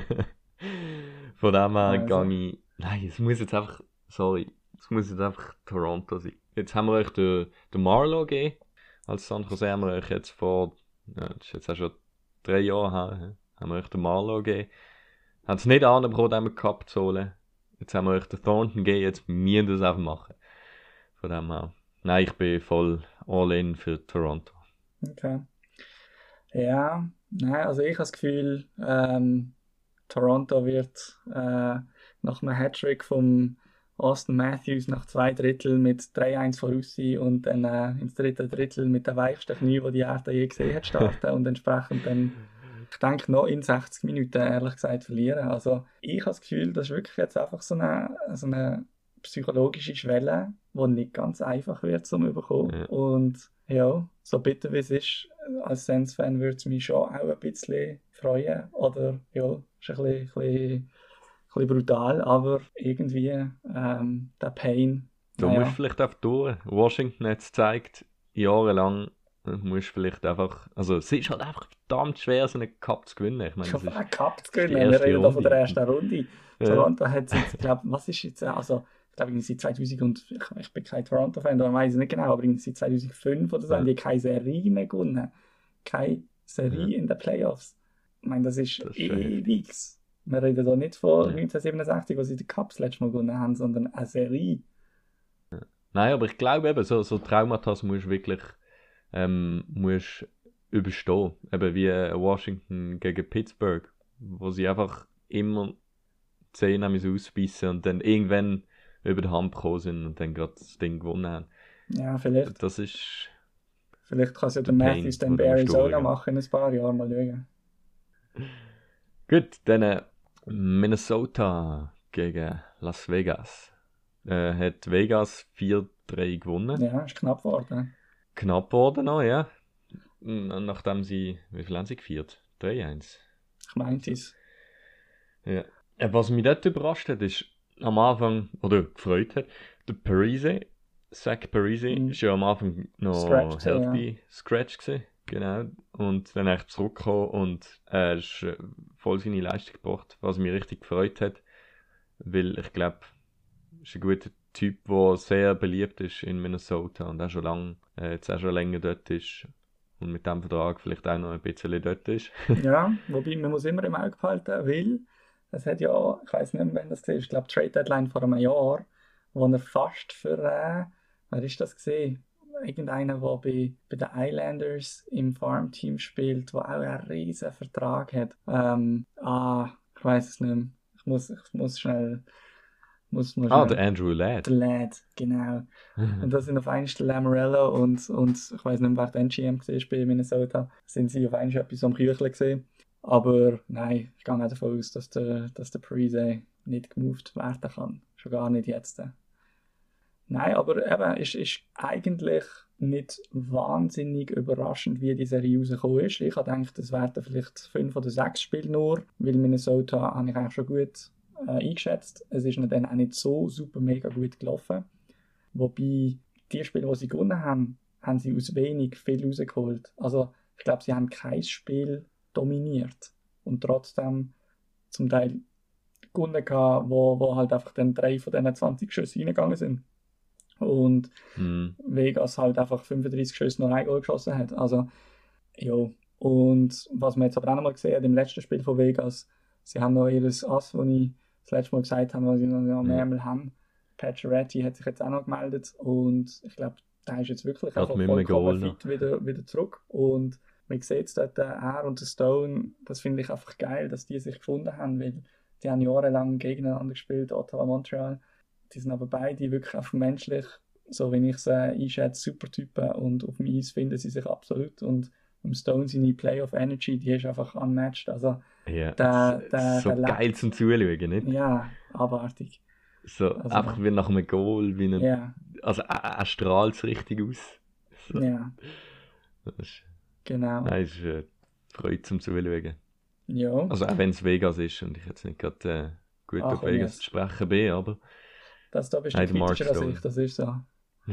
Von dem her Also. gehe ich. Nein, es muss jetzt einfach. Sorry, es muss jetzt einfach Toronto sein. Jetzt haben wir euch den, den Marlowe gegeben. Als San Jose haben wir euch jetzt vor. Ja, das ist jetzt auch schon drei Jahre her. hä? Haben wir euch den Marlowe gegeben. Haben es nicht angebracht, den Cup zu holen. Jetzt haben wir euch den Thornton gegeben, jetzt müssen wir das einfach machen. Von dem her. Nein, ich bin voll all in für Toronto. Okay. Ja, nein, also ich habe das Gefühl, ähm, Toronto wird äh, nach einem Hattrick vom Austin Matthews nach zwei Drittel mit drei eins voraus sein und dann äh, ins dritte Drittel mit der weichsten Knie, die die Erde je gesehen hat, starten und entsprechend dann, ich denke, noch in sechzig Minuten ehrlich gesagt verlieren. Also ich habe das Gefühl, das ist wirklich jetzt einfach so eine, so eine psychologische Schwelle, die nicht ganz einfach wird zum überkommen. Ja. Und ja, so bitter wie es ist, als Sens-Fan würde es mich schon auch ein bisschen freuen. Oder ja, ist ein bisschen, ein bisschen, ein bisschen brutal, aber irgendwie ähm, der Pain. Du naja. musst vielleicht einfach durch. Washington hat es gezeigt, jahrelang. Du musst vielleicht einfach. Also, es ist halt einfach verdammt schwer, so einen Cup zu gewinnen. Ich meine, das Schon ist. einen Cup zu die gewinnen. Wir erste reden da von der Runde. ersten Runde. Ja. Toronto hat jetzt, glaube was ist jetzt, also ich glaube seit zweitausend und ich, ich bin kein Toronto-Fan, da weiß ich nicht genau, aber irgendwie seit zweitausendfünf oder so Ja. haben die keine Serie mehr gewonnen. Keine Serie Ja. in den Playoffs. Ich meine, das ist, Das ist schon ewig. Wir reden da nicht von Ja. neunzehnhundertsiebenundsechzig, wo sie die Cups letztes Mal gewonnen haben, sondern eine Serie. Nein, aber ich glaube eben, so, so Traumata musst du wirklich ähm, musst überstehen. Eben wie äh, Washington gegen Pittsburgh, wo sie einfach immer die Zähne müssen ausbeissen und dann irgendwann über die Hand gekommen sind und dann gerade das Ding gewonnen haben. Ja, vielleicht, Das ist. vielleicht kann es ja der Der Pain, Matthews dann wo bei du musst Arizona durchgehen. machen in ein paar Jahren, mal schauen. Gut, dann äh, Minnesota gegen Las Vegas. Äh, hat Vegas vier drei gewonnen. Ja, ist knapp geworden. Knapp geworden noch, ja. N- Nachdem sie, wie viel haben sie geführt? drei eins. Ich meinte es. Ja. Äh, Was mich dort überrascht hat, ist am Anfang, oder gefreut hat, der Parise, Zach Parise, Mhm. ist ja am Anfang noch Scratch gewesen, healthy Scratch gewesen, genau. Und dann echt zurückgekommen und er ist äh, voll seine Leistung gebracht, was mich richtig gefreut hat, weil ich glaube, ist ein guter Typ, der sehr beliebt ist in Minnesota und auch schon lange, äh, jetzt auch schon länger dort ist und mit dem Vertrag vielleicht auch noch ein bisschen dort ist. Ja, wobei man muss immer im Auge behalten, weil es hat ja, ich weiß nicht mehr, wann das war, ich glaube Trade Deadline vor einem Jahr, wo er fast für, äh, wer ist das gesehen? Irgendeiner, der bei, bei den Islanders im Farmteam spielt, der auch einen riesen Vertrag hat. Ähm, ah, ich weiß es nicht mehr. Ich muss, ich muss schnell, muss mal Ah, schnell. der Andrew Ladd. Der Lad, genau. Und da sind auf einmal der Lamorello und, und ich weiß nicht mehr, wer der G M war bei Minnesota, sind sie auf einmal etwas am Kücheln gesehen. Aber nein, ich gehe auch davon aus, dass der, dass der Parise nicht gemoved werden kann. Schon gar nicht jetzt. Nein, aber eben, es ist, ist eigentlich nicht wahnsinnig überraschend, wie die Serie rausgekommen ist. Ich habe gedacht, es werden vielleicht fünf oder sechs Spiele nur, weil Minnesota habe ich eigentlich schon gut äh, eingeschätzt. Es ist dann auch nicht so super mega gut gelaufen. Wobei, die Spiele, die sie gewonnen haben, haben sie aus wenig viel rausgeholt. Also, ich glaube, sie haben kein Spiel dominiert und trotzdem zum Teil gewonnen gehabt, wo, wo halt einfach dann drei von diesen zwanzig Schüssen reingegangen sind. Und Hm. Vegas halt einfach fünfunddreißig Schüsse nur ein Goal geschossen hat. Also, ja. Und was man jetzt aber auch noch mal gesehen hat im letzten Spiel von Vegas, sie haben noch ihr Ass, das ich das letzte Mal gesagt habe, was sie noch am Ärmel haben. Pacioretty hat sich jetzt auch noch gemeldet und ich glaube, der ist jetzt wirklich Also einfach mit einem Goal vollkommen fit wieder, wieder zurück. Und man sieht es dort, äh, er und der Stone, das finde ich einfach geil, dass die sich gefunden haben, weil die haben jahrelang gegeneinander gespielt, Ottawa, Montreal. Die sind aber beide wirklich einfach menschlich, so wie ich es äh, einschätze, super Typen und auf dem Eis finden sie sich absolut und im Stone seine Playoff Energy, die ist einfach unmatched. Also, Ja, der, s- der, so der lebt- geil zum Zuschauen, nicht? Ja, abartig. So, Also- einfach wie nach einem Goal, wie ein, Ja, also er, er strahlt es richtig aus. So, ja, das ist, genau. nein, es ist äh, Freude zum Zuschauen. Ja, Also auch wenn es Vegas ist und ich jetzt nicht gerade äh, gut Ach, auf komm Vegas jetzt. zu sprechen bin, aber das da bist du Nein, der Mark kritischer als Stone. ich, das ist so.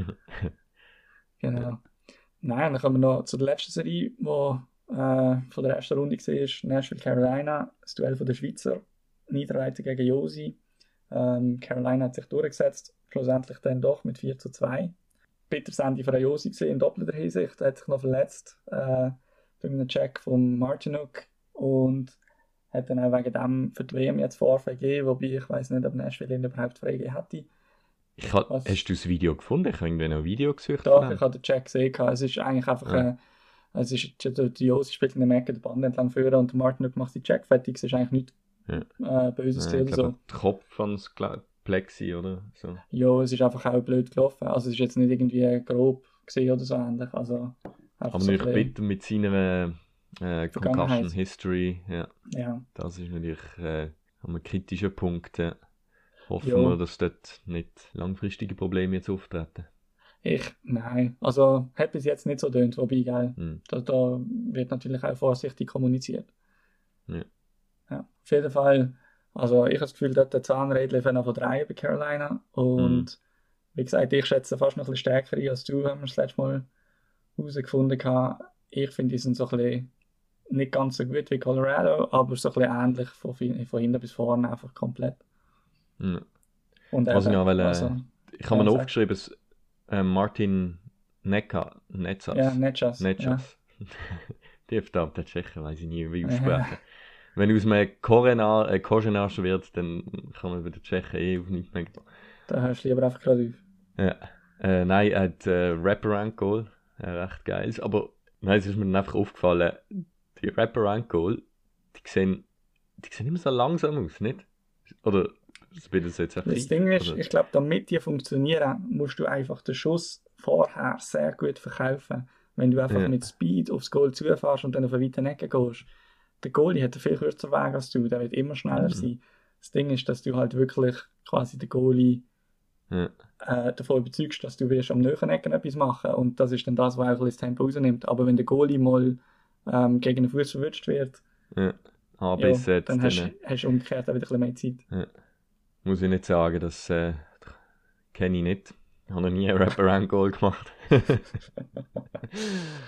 Genau. Nein, dann kommen wir noch zu der letzten Serie, die äh, von der ersten Runde war, Nashville Carolina, das Duell von der Schweizer, Niederreiter gegen Josi. Ähm, Carolina hat sich durchgesetzt, schlussendlich dann doch mit vier zu zwei. Bitteres Ende für Josi gesehen in doppelter Hinsicht, er hat sich noch verletzt äh, durch einen Check von Martinuk und hat dann auch wegen dem für die W M jetzt Vorfall gegeben, wobei ich weiß nicht, ob Nashville ihn überhaupt freigegeben hätte. Ich hab, Was? hast du das Video gefunden? Ich habe irgendwie noch ein Video gesucht. Doch, von ich dem. habe den Check gesehen. Es ist eigentlich einfach, Ja. äh, es ist, der, der Josi spielt in der Ecke, der Band entlang führen und der Martin macht den Check fertig. Es ist eigentlich nichts Ja. äh, Böses Ja, oder ich so. glaube, der Kopf von das Gla- Plexi, oder? So. Ja, es ist einfach auch blöd gelaufen. Also es ist jetzt nicht irgendwie grob gesehen oder so ähnlich. Also einfach Aber so ein natürlich bisschen- bitter mit seiner äh, Concussion Vergangenheit. History. Ja, Ja, das ist natürlich äh, ein kritischer Punkt. Ja. Hoffen Ja. wir, dass dort nicht langfristige Probleme jetzt auftreten. ich, nein. Also hat bis jetzt nicht so tönt, wobei, gell, Hm. da, da wird natürlich auch vorsichtig kommuniziert. Ja. Ja, auf jeden Fall, also ich habe das Gefühl, dort der Zahnrädchen von von drei bei Carolina und wie gesagt, ich schätze fast noch ein bisschen stärker ein als du, haben wir das letzte Mal herausgefunden haben. Ich finde, die sind so ein bisschen nicht ganz so gut wie Colorado, aber so ein bisschen ähnlich von, fin- von hinten bis vorne, einfach komplett. Ja. Und Was ich eben, noch wollte, also, ich habe mir ja, noch sag. aufgeschrieben, dass, äh, Martin Neca, Netzas. ja, Netschas. Netschas. Die verdammte Tschechen, weiß ich nie, wie Ja. aussprechen. Wenn aus einem Korenar, äh, Koschenasch wird, dann kann man bei den Tschechen eh auf nichts mehr. Da hörst du lieber einfach gerade auf. Ja. Äh, nein, er hat äh, Wraparound-Goal. Äh, recht geil. Aber nein, es ist mir dann einfach aufgefallen, die Wraparound-Goal, die sehen, die sehen immer so langsam aus, nicht? Oder bin das jetzt einfach Das ich, Ding ist, oder? ich glaube, damit die funktionieren, musst du einfach den Schuss vorher sehr gut verkaufen. Wenn du einfach Ja. mit Speed aufs Goal zufährst und dann auf eine weite Ecke gehst. Der Goalie hat einen viel kürzeren Weg als du, der wird immer schneller Mhm. sein. Das Ding ist, dass du halt wirklich quasi den Goalie Ja. äh, davon überzeugst, dass du wirst am nächsten Ecken etwas machen und das ist dann das, was auch ein bisschen das Tempo rausnimmt. Aber wenn der Goalie mal ähm, gegen den Fuß verwünscht wird, Ja. ja, Bis jetzt, dann dann, hast äh, hast du umgekehrt auch wieder ein bisschen mehr Zeit. muss ich nicht sagen, das äh, kenne ich nicht. Ich habe noch nie ein Wraparound-Goal gemacht.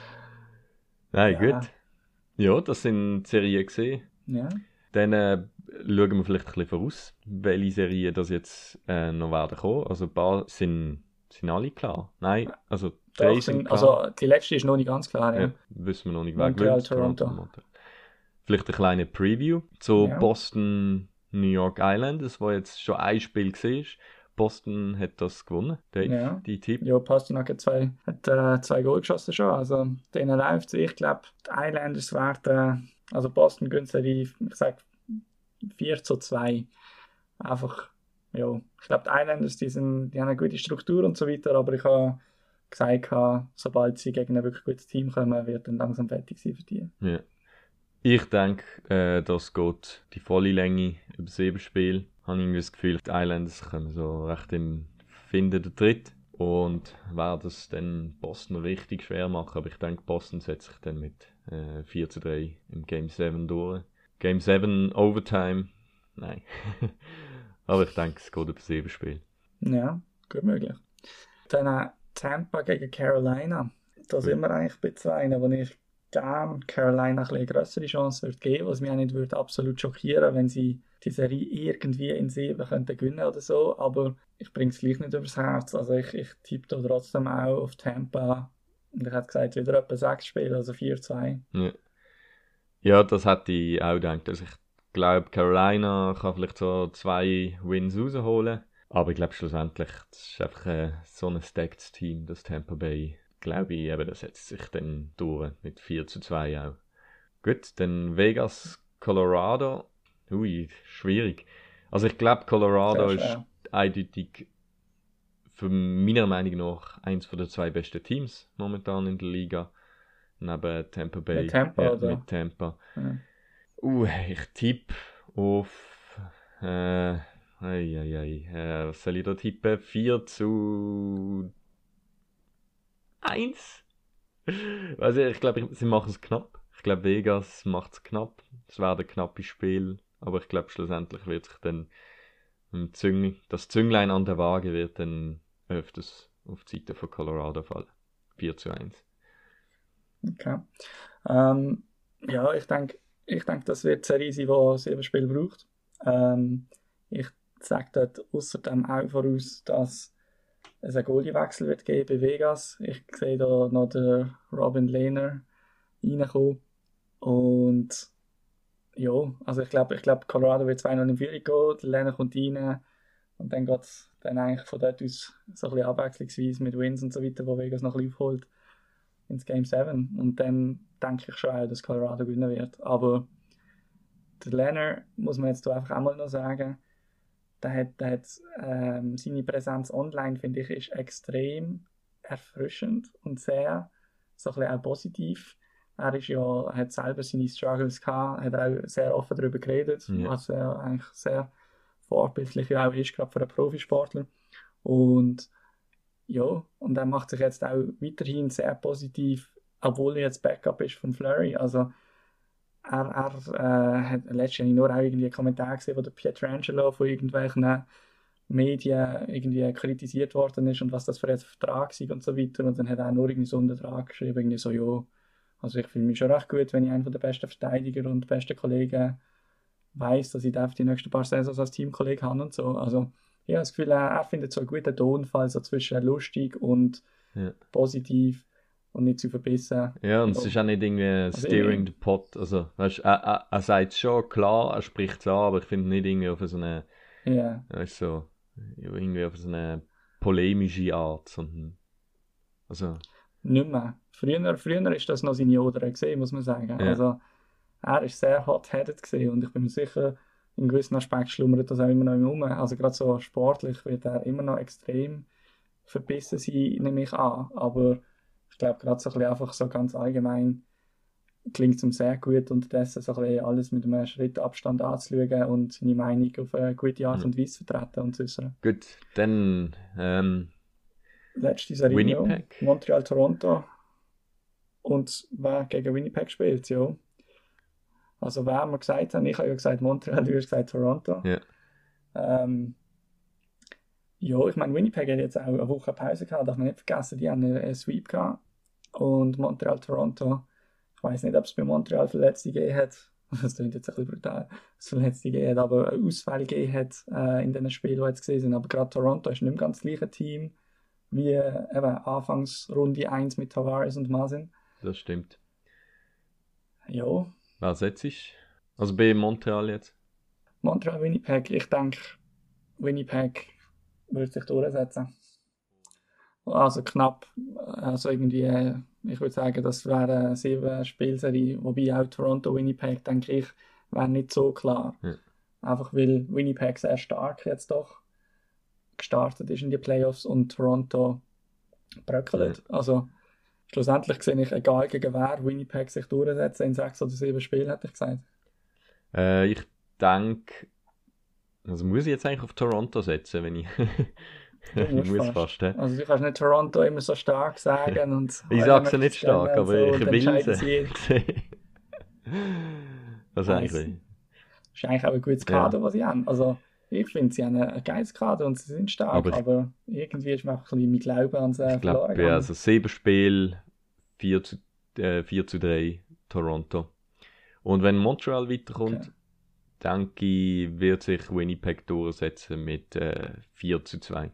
Nein, Ja. gut. Ja, das sind die Serien gesehen. Ja, Dann äh, schauen wir vielleicht ein bisschen voraus, welche Serien das jetzt äh, noch werden kommen. Also ein paar sind, sind alle klar. Nein, also drei Doch, sind sind, klar. also die letzte ist noch nicht ganz klar, ja. Ja, wissen wir noch nicht, wer Montreal, gewinnt. Toronto. Montreal. Vielleicht eine kleine Preview zu Ja. Boston, New York Islanders, wo jetzt schon ein Spiel war. Boston hat das gewonnen, Dave, Ja. die Tipp. Ja, Pasternak hat zwei, hat, äh, zwei Goal geschossen schon, also denen läuft es. Ich glaube, die Islanders werden, also Boston gönnt sie, ich sage vier zu zwei. Einfach, ja, ich glaube, die Islanders, die, sind, die haben eine gute Struktur und so weiter, aber ich habe gesagt, sobald sie gegen ein wirklich gutes Team kommen, wird dann langsam fertig sein für die. Ja. Ich denke, äh, das geht die volle Länge über sieben Spiele. Ich habe irgendwie das Gefühl, die Islanders kommen so recht im findenden Tritt und werden es dann Boston richtig schwer machen. Aber ich denke, Boston setzt sich dann mit äh, vier zu drei im Game sieben durch. Game sieben Overtime, nein. Aber ich denke, es geht über sieben Spiele. Ja, gut möglich. Dann äh, Tampa gegen Carolina. Da sind wir eigentlich bei zwei, wo ich gerne Carolina ein bisschen grössere Chance würde geben, was mich auch nicht würde absolut schockieren, wenn sie die Serie irgendwie in sieben könnten gewinnen oder so, aber ich bringe es gleich nicht übers Herz. Also ich, ich tippe da trotzdem auch auf Tampa und ich hätte gesagt, wieder etwa sechs Spiele, also vier zu zwei. Ja. ja, das hätte ich auch gedacht. Also ich glaube, Carolina kann vielleicht so zwei Wins rausholen, aber ich glaube schlussendlich, das ist einfach äh, so ein stacked Team, das Tampa Bay. Glaube ich, eben, das setzt sich dann durch mit vier zu zwei auch. Gut, dann Vegas, Colorado. Ui, schwierig. Also ich glaube, Colorado ist eindeutig für meiner Meinung nach eins der zwei besten Teams momentan in der Liga. Neben Tampa Bay. Mit Tampa, ja, oder? Mit Tampa. Ja. Uh, ich tippe auf... Äh, ei, ei, ei, äh, was soll ich da tippen? vier zu eins? Also ich glaube, sie machen es knapp. Ich glaube, Vegas macht es knapp. Es werden knappe Spiel, aber ich glaube, schlussendlich wird sich dann ein Züngli, das Zünglein an der Waage wird dann öfters auf die Seite von Colorado fallen. vier zu eins. Okay. Ähm, ja, ich denke, ich denk, das wird eine Serie sein, die sieben Spiele braucht. Ähm, ich sage dort außerdem auch voraus, dass es einen Goaliewechsel wird geben bei Vegas. Ich sehe da noch den Robin Lehner reinkommen. Und ja, also ich glaube, ich glaub, Colorado wird zwei null in Führung gehen, der Lehner kommt rein und dann geht es dann eigentlich von dort aus so ein bisschen abwechslungsweise mit Wins und so weiter, wo Vegas noch ein bisschen aufholt ins Game sieben. Und dann denke ich schon auch, dass Colorado gewinnen wird. Aber der Lehner, muss man jetzt einfach auch mal noch sagen, der hat, der hat ähm, seine Präsenz online, finde ich, ist extrem erfrischend und sehr, so ein bisschen auch positiv. Er ist ja, hat selber seine Struggles gehabt, hat auch sehr offen darüber geredet, Ja. was er eigentlich sehr vorbildlich auch ist, gerade für einen Profisportler. Und ja, und er macht sich jetzt auch weiterhin sehr positiv, obwohl er jetzt Backup ist von Fleury. Also er, er äh, hat letztens nur auch irgendwie einen Kommentar gesehen, wo der Pietrangelo von irgendwelchen Medien irgendwie kritisiert worden ist und was das für ein Vertrag ist und so weiter. Und dann hat er nur irgendwie so einen Vertrag geschrieben, irgendwie so, ja, also ich fühle mich schon recht gut, wenn ich einen der besten Verteidiger und besten Kollegen weiss, dass ich die nächsten paar Saisons als Teamkollege habe und so. Also ich habe das Gefühl, er, er findet so einen guten Tonfall so zwischen lustig und Ja. positiv und nicht zu verbissen. Ja, und Ja. es ist auch nicht irgendwie Also steering irgendwie- the pot. Also, weißt, er, er, er sagt es schon, klar, er spricht es an, aber ich finde nicht irgendwie auf so eine, Ja, weißt, so, irgendwie auf so eine polemische Art, sondern, also, nicht mehr. Früher, früher ist das noch seine Oder gesehen, muss man sagen. Ja. Also er ist sehr hot-headed gesehen und ich bin mir sicher, in gewissen Aspekten schlummert das auch immer noch im Rum. Also gerade so sportlich wird er immer noch extrem verbissen sein, nehme ich an. Aber ich glaube, gerade so ein bisschen einfach so ganz allgemein klingt es ihm sehr gut, unterdessen so ein bisschen alles mit einem Schritt Abstand anzuschauen und seine Meinung auf eine gute Art Ja. und Weise zu vertreten und zu äußern. gut, dann, ähm, Letzte Serie, Winnipeg. ja. Montreal, Toronto. Und wer gegen Winnipeg spielt, ja. Also wer wir gesagt haben, ich habe ja gesagt Montreal, du hast gesagt Toronto. Ja. Ähm, ja, ich meine, Winnipeg hat jetzt auch eine Woche Pause gehabt, darf man nicht vergessen, die haben einen Sweep gehabt. Und Montreal, Toronto, ich weiß nicht, ob es bei Montreal Verletzungen gegeben hat. das klingt jetzt ein bisschen brutal, dass es Verletzte gegeben hat, aber Ausfälle gegeben hat äh, in den Spielen, die jetzt gesehen sind. Aber gerade Toronto ist nicht mehr ganz das gleiche Team wie äh, eben Anfangs Runde eins mit Tavares und Mazin. Das stimmt. Ja. Was setzt ich? Also bei Montreal jetzt? Montreal, Winnipeg. Ich denke, Winnipeg würde sich durchsetzen. Also knapp. Also irgendwie, äh, ich würde sagen, das wäre eine sieben Spielserie. Wobei auch Toronto, Winnipeg, denke ich, wäre nicht so klar. Ja. Einfach weil Winnipeg sehr stark jetzt doch gestartet ist in die Playoffs und Toronto bröckelt. Ja. Also schlussendlich sehe ich, egal gegen wer Winnipeg sich durchsetzt, in sechs oder sieben Spielen, hätte ich gesagt. Äh, ich denke, also muss ich jetzt eigentlich auf Toronto setzen, wenn ich... Du ich musst muss fast. fast, hä? Also du kannst nicht Toronto immer so stark sagen und Ich alle sage sie möchten nicht es gerne stark, und aber so, ich und will entscheiden sie sie. Was Nein, eigentlich? Das ist eigentlich auch ein gutes Ja. Kader, was sie haben. Also ich finde, sie haben ein, ein geiles Kader und sie sind stark, Aber aber, ich- irgendwie ist mir einfach ein bisschen mein Glaube an sie Ich verloren glaube, ja, gegangen. also sieben Spiele, vier zu, äh, vier zu drei Toronto. Und wenn Montreal weiterkommt, Okay. denke ich, wird sich Winnipeg durchsetzen mit äh, vier zu zwei.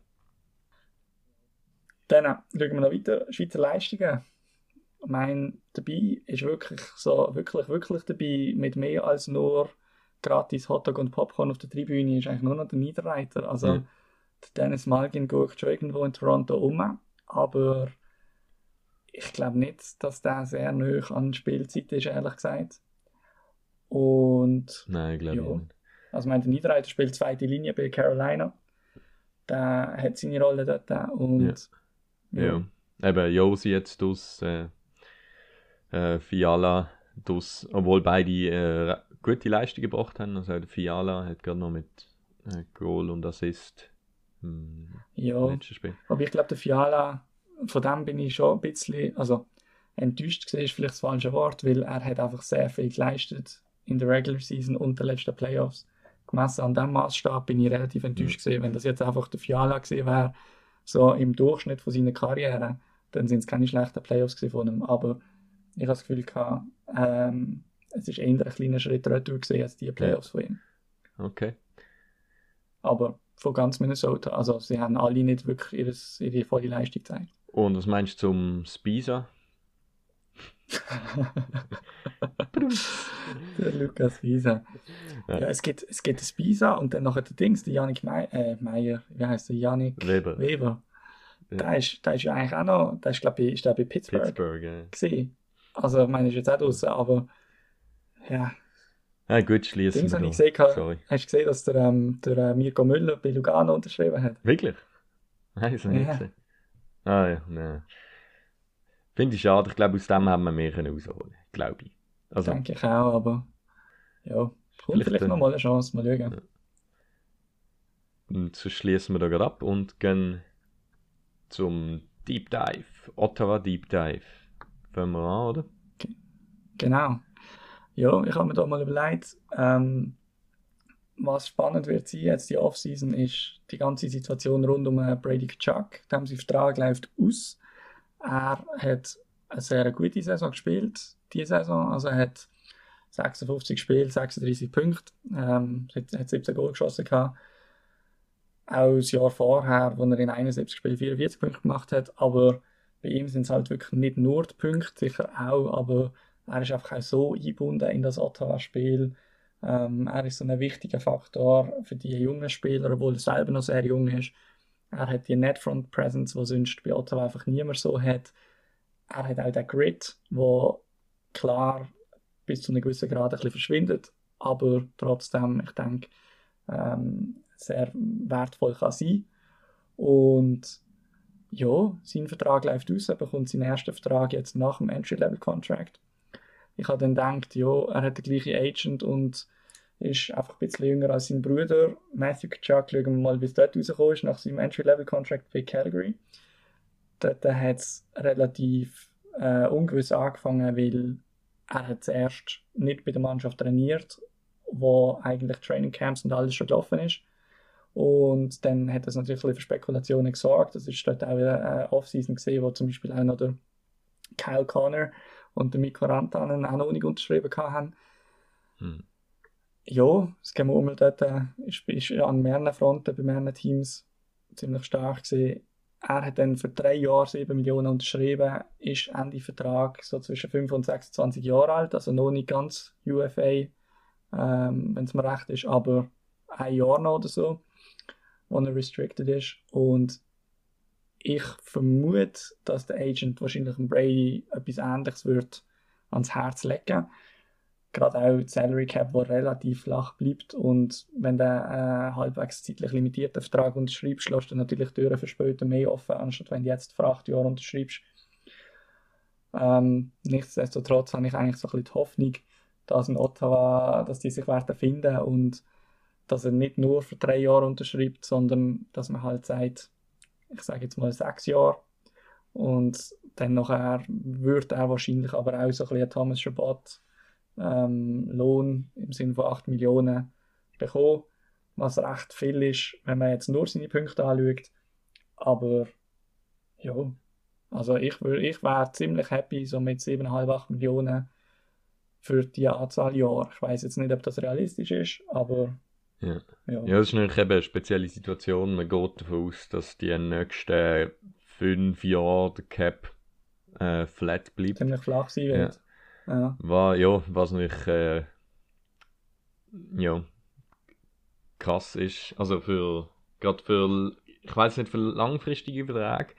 Dann äh, schauen wir noch weiter. Schweizer Leistungen. Ich meine, dabei ist wirklich so, wirklich, wirklich dabei mit mehr als nur gratis Hotdog und Popcorn auf der Tribüne ist eigentlich nur noch der Niederreiter. Also Ja. der Dennis Malgin guckt schon irgendwo in Toronto um, aber ich glaube nicht, dass der sehr nah an Spielzeit ist, ehrlich gesagt. Und Nein, ich glaube ja, nicht. also ich meine, der Niederreiter spielt zweite Linie bei Carolina. Der hat seine Rolle dort und ja. Ja. Eben, Josi jetzt dus, äh, äh, Fiala dus, obwohl beide äh, gute Leistung gebracht haben. Also der Fiala hat gerade noch mit äh, Goal und Assist im Ja, letzten Spiel. aber ich glaube, der Fiala, von dem bin ich schon ein bisschen, also enttäuscht gesehen ist vielleicht das falsche Wort, weil er hat einfach sehr viel geleistet in der Regular Season und den letzten Playoffs. Gemessen an diesem Maßstab bin ich relativ enttäuscht gesehen. Wenn das jetzt einfach der Fiala gewesen wäre, so im Durchschnitt von seiner Karriere, dann sind es keine schlechten Playoffs gewesen von ihm. Aber ich habe das Gefühl gehabt, ähm, es ist eher ein kleiner Schritt retour gewesen als die Playoffs von ihm. Okay. Aber von ganz Minnesota, also sie haben alle nicht wirklich ihres, ihre volle Leistung gezeigt. Und was meinst du zum Spisa? Der Lukas Wiese. Ja. Ja, es gibt, es gibt das Pisa und dann nachher der Dings, der Yannick Mei- äh, Meier, wie heißt der? Yannick Weber. Weber. Ja. Der ist, der ist ja eigentlich auch noch, der ist glaube ich, ist der bei Pittsburgh, Pittsburgh, ja. gewesen. Also ich meine, ist jetzt auch draußen, aber ja. Ja, gut, schließen Dings wir habe da. ich gesehen, gehabt- Sorry. hast du gesehen, dass der, ähm, der äh, Mirko Müller bei Lugano unterschrieben hat? Wirklich? Nein, das habe ich nicht Ja. gesehen. Ah ja, nein. Finde ich schade. Ich glaube, aus dem haben wir mehr können rausholen. Glaube ich. Also, Denke ich auch, aber ja, kommt Vielleicht, vielleicht äh, noch mal eine Chance, mal schauen. und so schließen wir da gerade ab und gehen zum Deep Dive. Ottawa Deep Dive. Fangen wir an, oder? Genau. Ja, ich habe mir da mal überlegt, ähm, was spannend wird sein jetzt die Offseason ist die ganze Situation rund um äh, Brady Tkachuk. Dem sein Vertrag läuft aus. Er hat eine sehr gute Saison gespielt, diese Saison. Also er hat sechsundfünfzig Spiele, sechsunddreißig Punkte, ähm, hat, hat siebzehn Goal geschossen gehabt. Auch das Jahr vorher, wo er in einundsiebzig Spielen vierundvierzig Punkte gemacht hat. Aber bei ihm sind es halt wirklich nicht nur die Punkte, sicher auch, aber er ist einfach auch so eingebunden in das Ottawa-Spiel. Ähm, er ist so ein wichtiger Faktor für die jungen Spieler, obwohl er selber noch sehr jung ist. Er hat die Netfront-Presence, die sonst bei Ottawa einfach niemand so hat. Er hat auch den Grit, der klar bis zu einem gewissen Grad ein bisschen verschwindet, aber trotzdem, ich denke, ähm, sehr wertvoll kann sein. Und ja, sein Vertrag läuft aus, er bekommt seinen ersten Vertrag jetzt nach dem Entry-Level-Contract. Ich habe dann gedacht, ja, er hat den gleichen Agent und ist einfach ein bisschen jünger als sein Bruder. Matthew Tkachuk, schauen wir mal, wie es dort rausgekommen ist, nach seinem Entry-Level-Contract bei Calgary. Dort hat es relativ äh, ungewiss angefangen, weil er hat zuerst nicht bei der Mannschaft trainiert, wo eigentlich Training Camps und alles schon gelaufen ist. Und dann hat das natürlich ein bisschen für Spekulationen gesorgt. Das ist dort auch eine Offseason gesehen, wo zum Beispiel auch noch der Kyle Connor und der Mikko Rantanen auch noch nicht unterschrieben haben. Hm. Ja, das Gemurmel dort äh, ist, ist an mehreren Fronten, bei mehreren Teams ziemlich stark gewesen. Er hat dann für drei Jahre sieben Millionen unterschrieben, ist Ende Vertrag so zwischen fünf und sechsundzwanzig Jahre alt, also noch nicht ganz U F A, ähm, wenn es mir recht ist, aber ein Jahr noch oder so, wo er restricted ist. Und ich vermute, dass der Agent wahrscheinlich dem Brady etwas Ähnliches wird ans Herz legen. Gerade auch die Salary Cap, die relativ flach bleibt. Und wenn du einen halbwegs zeitlich limitierten Vertrag unterschreibst, lässt du natürlich die Türen für später mehr offen, anstatt wenn du jetzt für acht Jahre unterschreibst. Ähm, nichtsdestotrotz habe ich eigentlich so ein bisschen die Hoffnung, dass in Ottawa, dass die sich werden finden und dass er nicht nur für drei Jahre unterschreibt, sondern dass man halt sagt, ich sage jetzt mal sechs Jahre. Und dann nachher würde er wahrscheinlich aber auch so ein bisschen Thomas Chabot ähm, Lohn im Sinne von acht Millionen bekommen, was recht viel ist, wenn man jetzt nur seine Punkte anschaut. Aber ja, also ich, wür- ich wäre ziemlich happy so mit sieben Komma fünf, acht Millionen für die Anzahl Jahre. Ich weiß jetzt nicht, ob das realistisch ist, aber Ja. ja. Ja, das ist natürlich eben eine spezielle Situation. Man geht davon aus, dass die nächsten fünf Jahre der Cap äh, flat bleibt. Ziemlich flach sein Ja. wird. Ja. War, ja, was natürlich äh, ja, krass ist. Also für, gerade für, ich weiß nicht, für langfristige Verträge.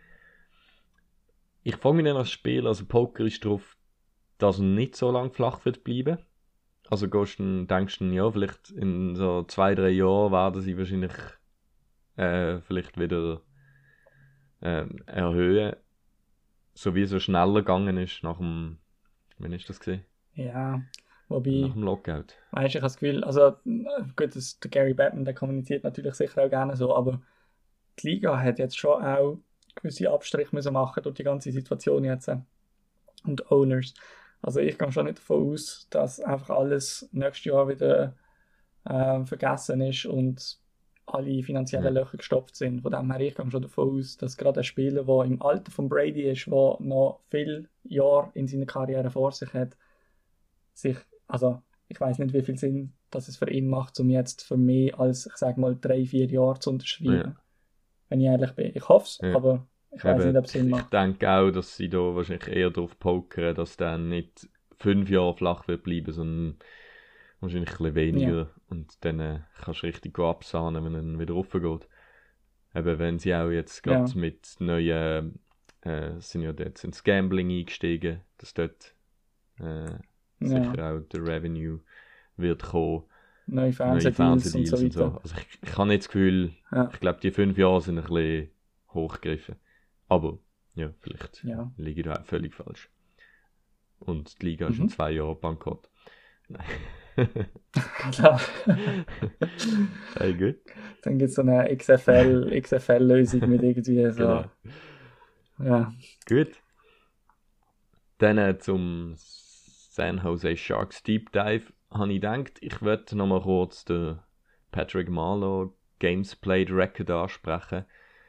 Ich frage mich dann als Spieler, also Poker ist darauf, dass er nicht so lange flach wird bleiben. Also gehst du, denkst du, ja, vielleicht in so zwei, drei Jahren werden sie wahrscheinlich äh, vielleicht wieder äh, erhöhen, so wie es so schneller gegangen ist nach dem, wann ist das gesehen? Ja, Nach wobei, dem Lockout. weißt, ich habe das Gefühl, also äh, gut, das, der Gary Bettman, der kommuniziert natürlich sicher auch gerne so, aber die Liga hat jetzt schon auch gewisse Abstriche müssen machen durch die ganze Situation jetzt äh, und Owners. Also ich gehe schon nicht davon aus, dass einfach alles nächstes Jahr wieder äh, vergessen ist und alle finanziellen Ja. Löcher gestopft sind. Von dem her, ich gehe schon davon aus, dass gerade ein Spieler, der im Alter von Brady ist, der noch viele Jahre in seiner Karriere vor sich hat, sich, also ich weiß nicht, wie viel Sinn dass es für ihn macht, um jetzt für mehr als, ich sage mal, drei, vier Jahre zu unterschreiben. Ja. Wenn ich ehrlich bin. Ich hoffe es, Ja. aber ich weiß nicht, Eben, ob es ich, Sinn ich macht. denke auch, dass sie da wahrscheinlich eher darauf pokern, dass dann nicht fünf Jahre flach wird bleiben, sondern wahrscheinlich ein bisschen weniger. Ja. Und dann äh, kannst du richtig go absahnen, wenn er wieder rauf geht. Eben, wenn sie auch jetzt gerade Ja. mit neuen, äh, sind ja jetzt ins Gambling eingestiegen, dass dort äh, sicher Ja. auch der Revenue wird kommen, Neue neue Fernsehdeals und Fernsehdeals so und so. weiter. Also ich, ich habe nicht das Gefühl, Ja. ich glaube, die fünf Jahre sind ein bisschen hochgegriffen. Aber ja, vielleicht Ja. liege ich da auch völlig falsch. Und die Liga ist in Mhm. zwei Jahren bankrott. Nein. Klar. Hey, gut. Dann gibt es so eine X F L, X F L-Lösung mit irgendwie so. Genau. Ja. Gut. Dann äh, zum San Jose Sharks Deep Dive habe ich gedacht, ich werde nochmal kurz den Patrick Marleau Games Played Record ansprechen.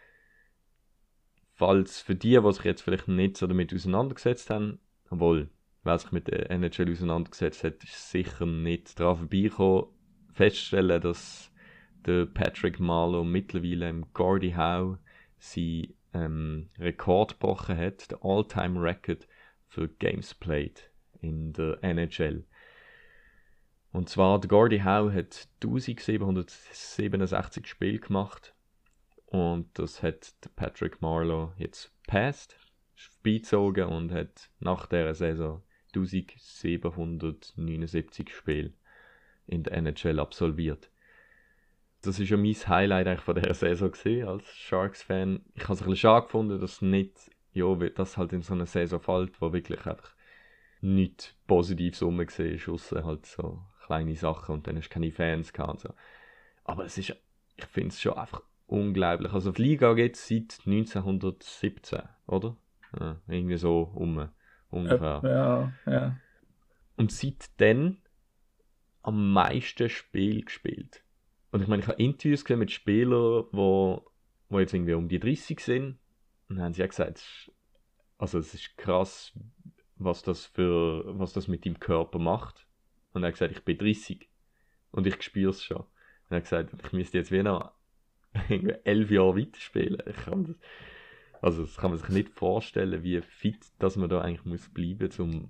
Falls für die, die sich jetzt vielleicht nicht so damit auseinandergesetzt haben, obwohl, wer sich mit der N H L auseinandergesetzt hat, ist sicher nicht daran vorbeigekommen, feststellen, dass der Patrick Marleau mittlerweile im Gordie Howe seinen ähm, Rekord gebrochen hat, der All-Time-Record für Games Played in der N H L. Und zwar, der Gordie Howe hat eintausendsiebenhundertsiebenundsechzig Spiele gemacht und das hat der Patrick Marleau jetzt gepasst, ist vorbeigezogen und hat nach dieser Saison eintausendsiebenhundertneunundsiebzig Spiele in der N H L absolviert. Das war ja mein Highlight eigentlich von dieser Saison gewesen, als Sharks-Fan. Ich habe es ein bisschen schade gefunden, dass nicht, ja, das halt in so eine Saison fällt, wo wirklich einfach nichts Positives rum war, ausser halt so kleine Sachen und dann hast du keine Fans gehabt und so. Aber es ist, ich finde es schon einfach unglaublich. Also die Liga geht es seit neunzehnhundertsiebzehn, oder? Ja, irgendwie so um, ungefähr. Ja, ja. Und seitdem am meisten Spiel gespielt. Und ich meine, ich habe Interviews gesehen mit Spielern, wo, wo jetzt irgendwie um die dreißig sind. Und dann haben sie auch gesagt, es ist, also es ist krass, was das für, was das mit deinem Körper macht. Und er hat gesagt, ich bin dreißig. Und ich spüre es schon. Und er hat gesagt, ich müsste jetzt wie noch irgendwie elf Jahre weiterspielen. Ich kann das, also das kann man sich nicht vorstellen, wie fit dass man da eigentlich muss bleiben muss, um,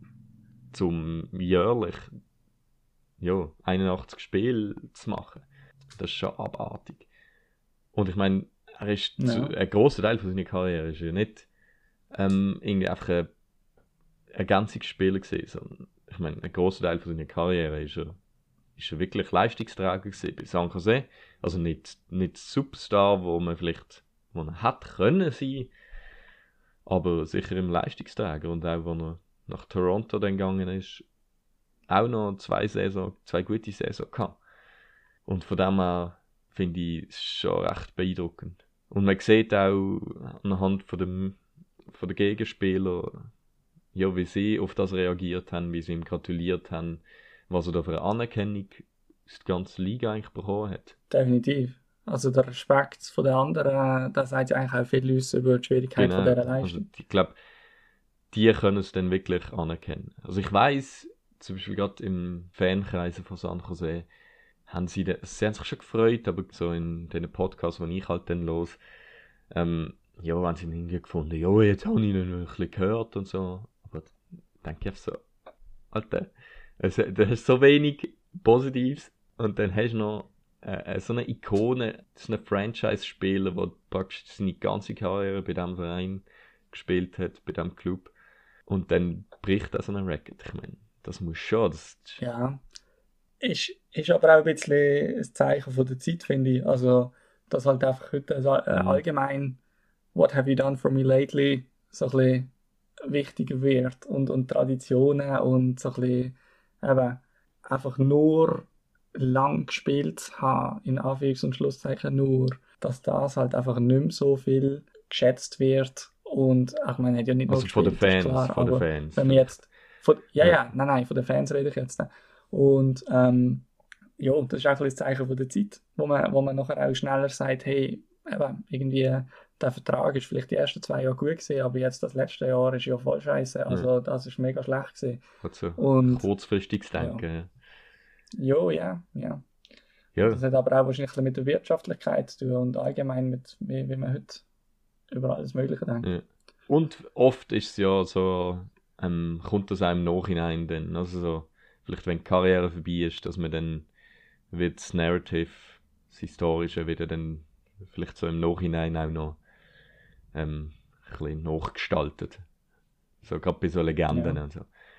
zum jährlich ja, einundachtzig Spiele zu machen. Das ist schon abartig. Und ich meine, er ist Ja. zu, ein grosser Teil von seiner Karriere ist ja nicht ähm, irgendwie einfach ein Ergänzungsspieler gewesen, sondern ich meine, ein grosser Teil von seiner Karriere ist er, ist er wirklich Leistungsträger gewesen bei San Jose. Also nicht, nicht Superstar, wo man vielleicht wo er hat können sein, aber sicher im Leistungsträger. Und auch, als er nach Toronto dann gegangen ist, auch noch zwei Saison, zwei gute Saison gehabt. Und von dem her finde ich es schon recht beeindruckend. Und man sieht auch anhand von dem von den Gegenspielern, ja, wie sie auf das reagiert haben, wie sie ihm gratuliert haben, was er da für eine Anerkennung aus der ganzen Liga eigentlich bekommen hat. Definitiv. Also der Respekt von den anderen, das sagt ja eigentlich auch viel aus über die Schwierigkeit Genau. von dieser Also Leistung. ich glaube, die können es dann wirklich anerkennen. Also ich weiss, zum Beispiel gerade im Fankreisen von San Jose, haben sie, de, sie haben sich schon gefreut, aber so in den Podcasts, die ich halt dann los, ähm, ja, haben sie irgendwie gefunden, ja, jetzt habe ich ihn noch ein bisschen gehört und so. Aber dann denke ich einfach so, Alter, es, du hast so wenig Positives und dann hast du noch äh, so eine Ikone, so einen Franchise-Spieler, der praktisch seine ganze Karriere bei diesem Verein gespielt hat, bei diesem Club. Und dann bricht er so einen Record. Ich meine, das muss schon. Das Ja. Ist, ist aber auch ein bisschen ein Zeichen von der Zeit, finde ich. Also, dass halt einfach heute äh, Mhm. allgemein What have you done for me lately so ein bisschen wichtiger wird und, und Traditionen und so ein bisschen eben einfach nur lang gespielt zu haben, in Anführungs- und Schlusszeichen nur, dass das halt einfach nicht mehr so viel geschätzt wird und ich meine, er hat ja nicht also nur von den gespielt, ist Fans, klar, von den aber Fans. wenn wir jetzt von, ja, Ja. ja, nein, nein, von den Fans rede ich jetzt. Und ähm, ja, das ist auch ein bisschen ein Zeichen von der Zeit, wo man, wo man nachher auch schneller sagt, hey, eben, irgendwie, der Vertrag ist vielleicht die ersten zwei Jahre gut gewesen, aber jetzt das letzte Jahr ist ja voll scheiße. Also das ist mega schlecht gewesen. Also Und kurzfristiges Denken. ja, ja, ja. Ja, Das hat aber auch wahrscheinlich ein bisschen mit der Wirtschaftlichkeit zu tun und allgemein mit, wie, wie man heute über alles Mögliche denkt. ja. Und oft ist es ja so, ähm, kommt das einem im Nachhinein dann, also so, vielleicht wenn die Karriere vorbei ist, dass man dann wird das Narrative, das Historische wieder dann vielleicht so im Nachhinein auch noch ähm, ein bisschen nachgestaltet. So gerade bei so Legenden Ja. und so.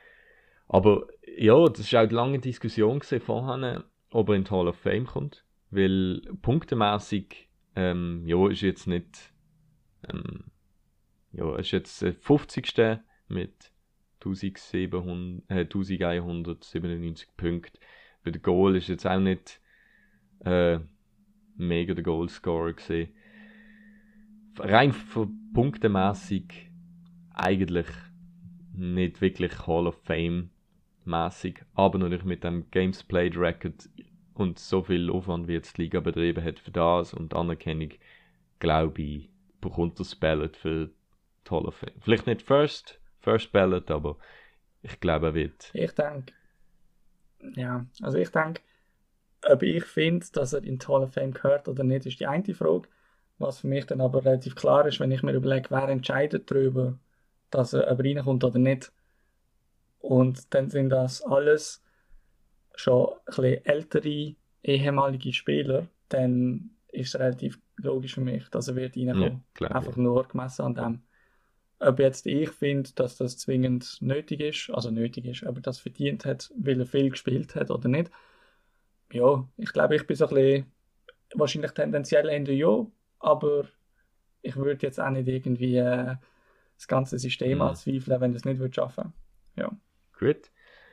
Aber ja, das war auch eine lange Diskussion gewesen vorher, ob er in die Hall of Fame kommt. Weil punktemässig, ähm, ja, ist jetzt nicht, ähm, ja, ist jetzt der fünfzigste mit eintausendsiebenhundert, äh, elfhundertsiebenundneunzig Punkten. Bei der Goal ist jetzt auch nicht äh, mega der Goalscorer gewesen. Rein von punktemässig eigentlich nicht wirklich Hall of Fame mäßig, aber natürlich mit dem Games Played Record und so viel Aufwand, wie jetzt die Liga betrieben hat für das und Anerkennung, glaube ich, bekommt das Ballot für die Hall of Fame. Vielleicht nicht First, First Ballot, aber ich glaube, er wird. Ich denke, ja, also ich denke, ob ich finde, dass er in die Hall of Fame gehört oder nicht, ist die eine Frage. Was für mich dann aber relativ klar ist, wenn ich mir überlege, wer entscheidet darüber, dass er, ob er reinkommt oder nicht. Und dann sind das alles schon ein bisschen ältere, ehemalige Spieler, dann ist es relativ logisch für mich, dass er wird reinkommen. Ja, klar, Einfach ja. nur gemessen an dem. Ob jetzt ich finde, dass das zwingend nötig ist, also nötig ist, ob er das verdient hat, weil er viel gespielt hat oder nicht. Ja, ich glaube, ich bin so ein bisschen, wahrscheinlich tendenziell Ende ja, aber ich würde jetzt auch nicht irgendwie äh, das ganze System Mhm. anzweifeln, wenn er es nicht würde schaffen. Ja. Gut.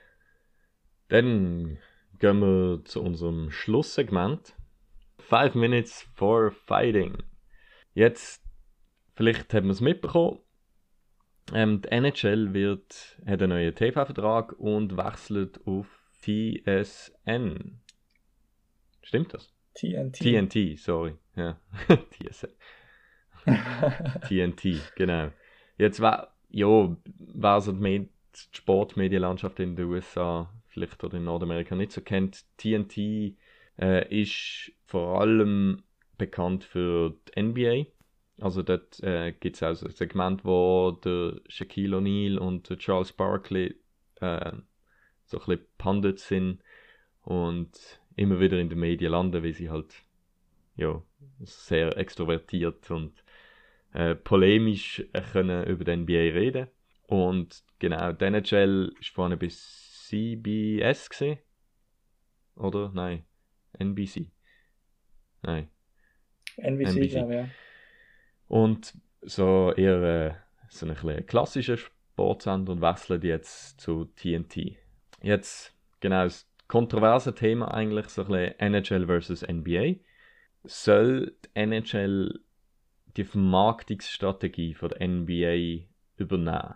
Dann gehen wir zu unserem Schlusssegment. Five Minutes for Fighting. Jetzt, vielleicht haben wir es mitbekommen, ähm, die N H L wird, hat einen neuen T V-Vertrag und wechselt auf T S N. Stimmt das? T N T. T N T, sorry. Ja. T S N. T N T, genau. Jetzt war, ja, war so die, Med- die Sportmedienlandschaft in den U S A vielleicht oder in Nordamerika nicht so kennt, T N T äh, ist vor allem bekannt für die N B A. Also dort äh, gibt es auch ein Segment, wo der Shaquille O'Neal und der Charles Barkley äh, so ein bisschen Pundits sind und immer wieder in den Medien landen, weil sie halt ja, sehr extrovertiert und äh, polemisch äh, können über die N B A reden. Und genau, die N H L war vorhin bis C B S gewesen. Oder? Nein. N B C. Nein. N B C, N B C. glaube ich, ja. Und so eher äh, so ein bisschen klassischer Sportsender und wechseln jetzt zu T N T. Jetzt, genau, das kontroverse Thema eigentlich, so ein bisschen N H L versus N B A. Soll die N H L die Vermarktungsstrategie von der N B A übernehmen?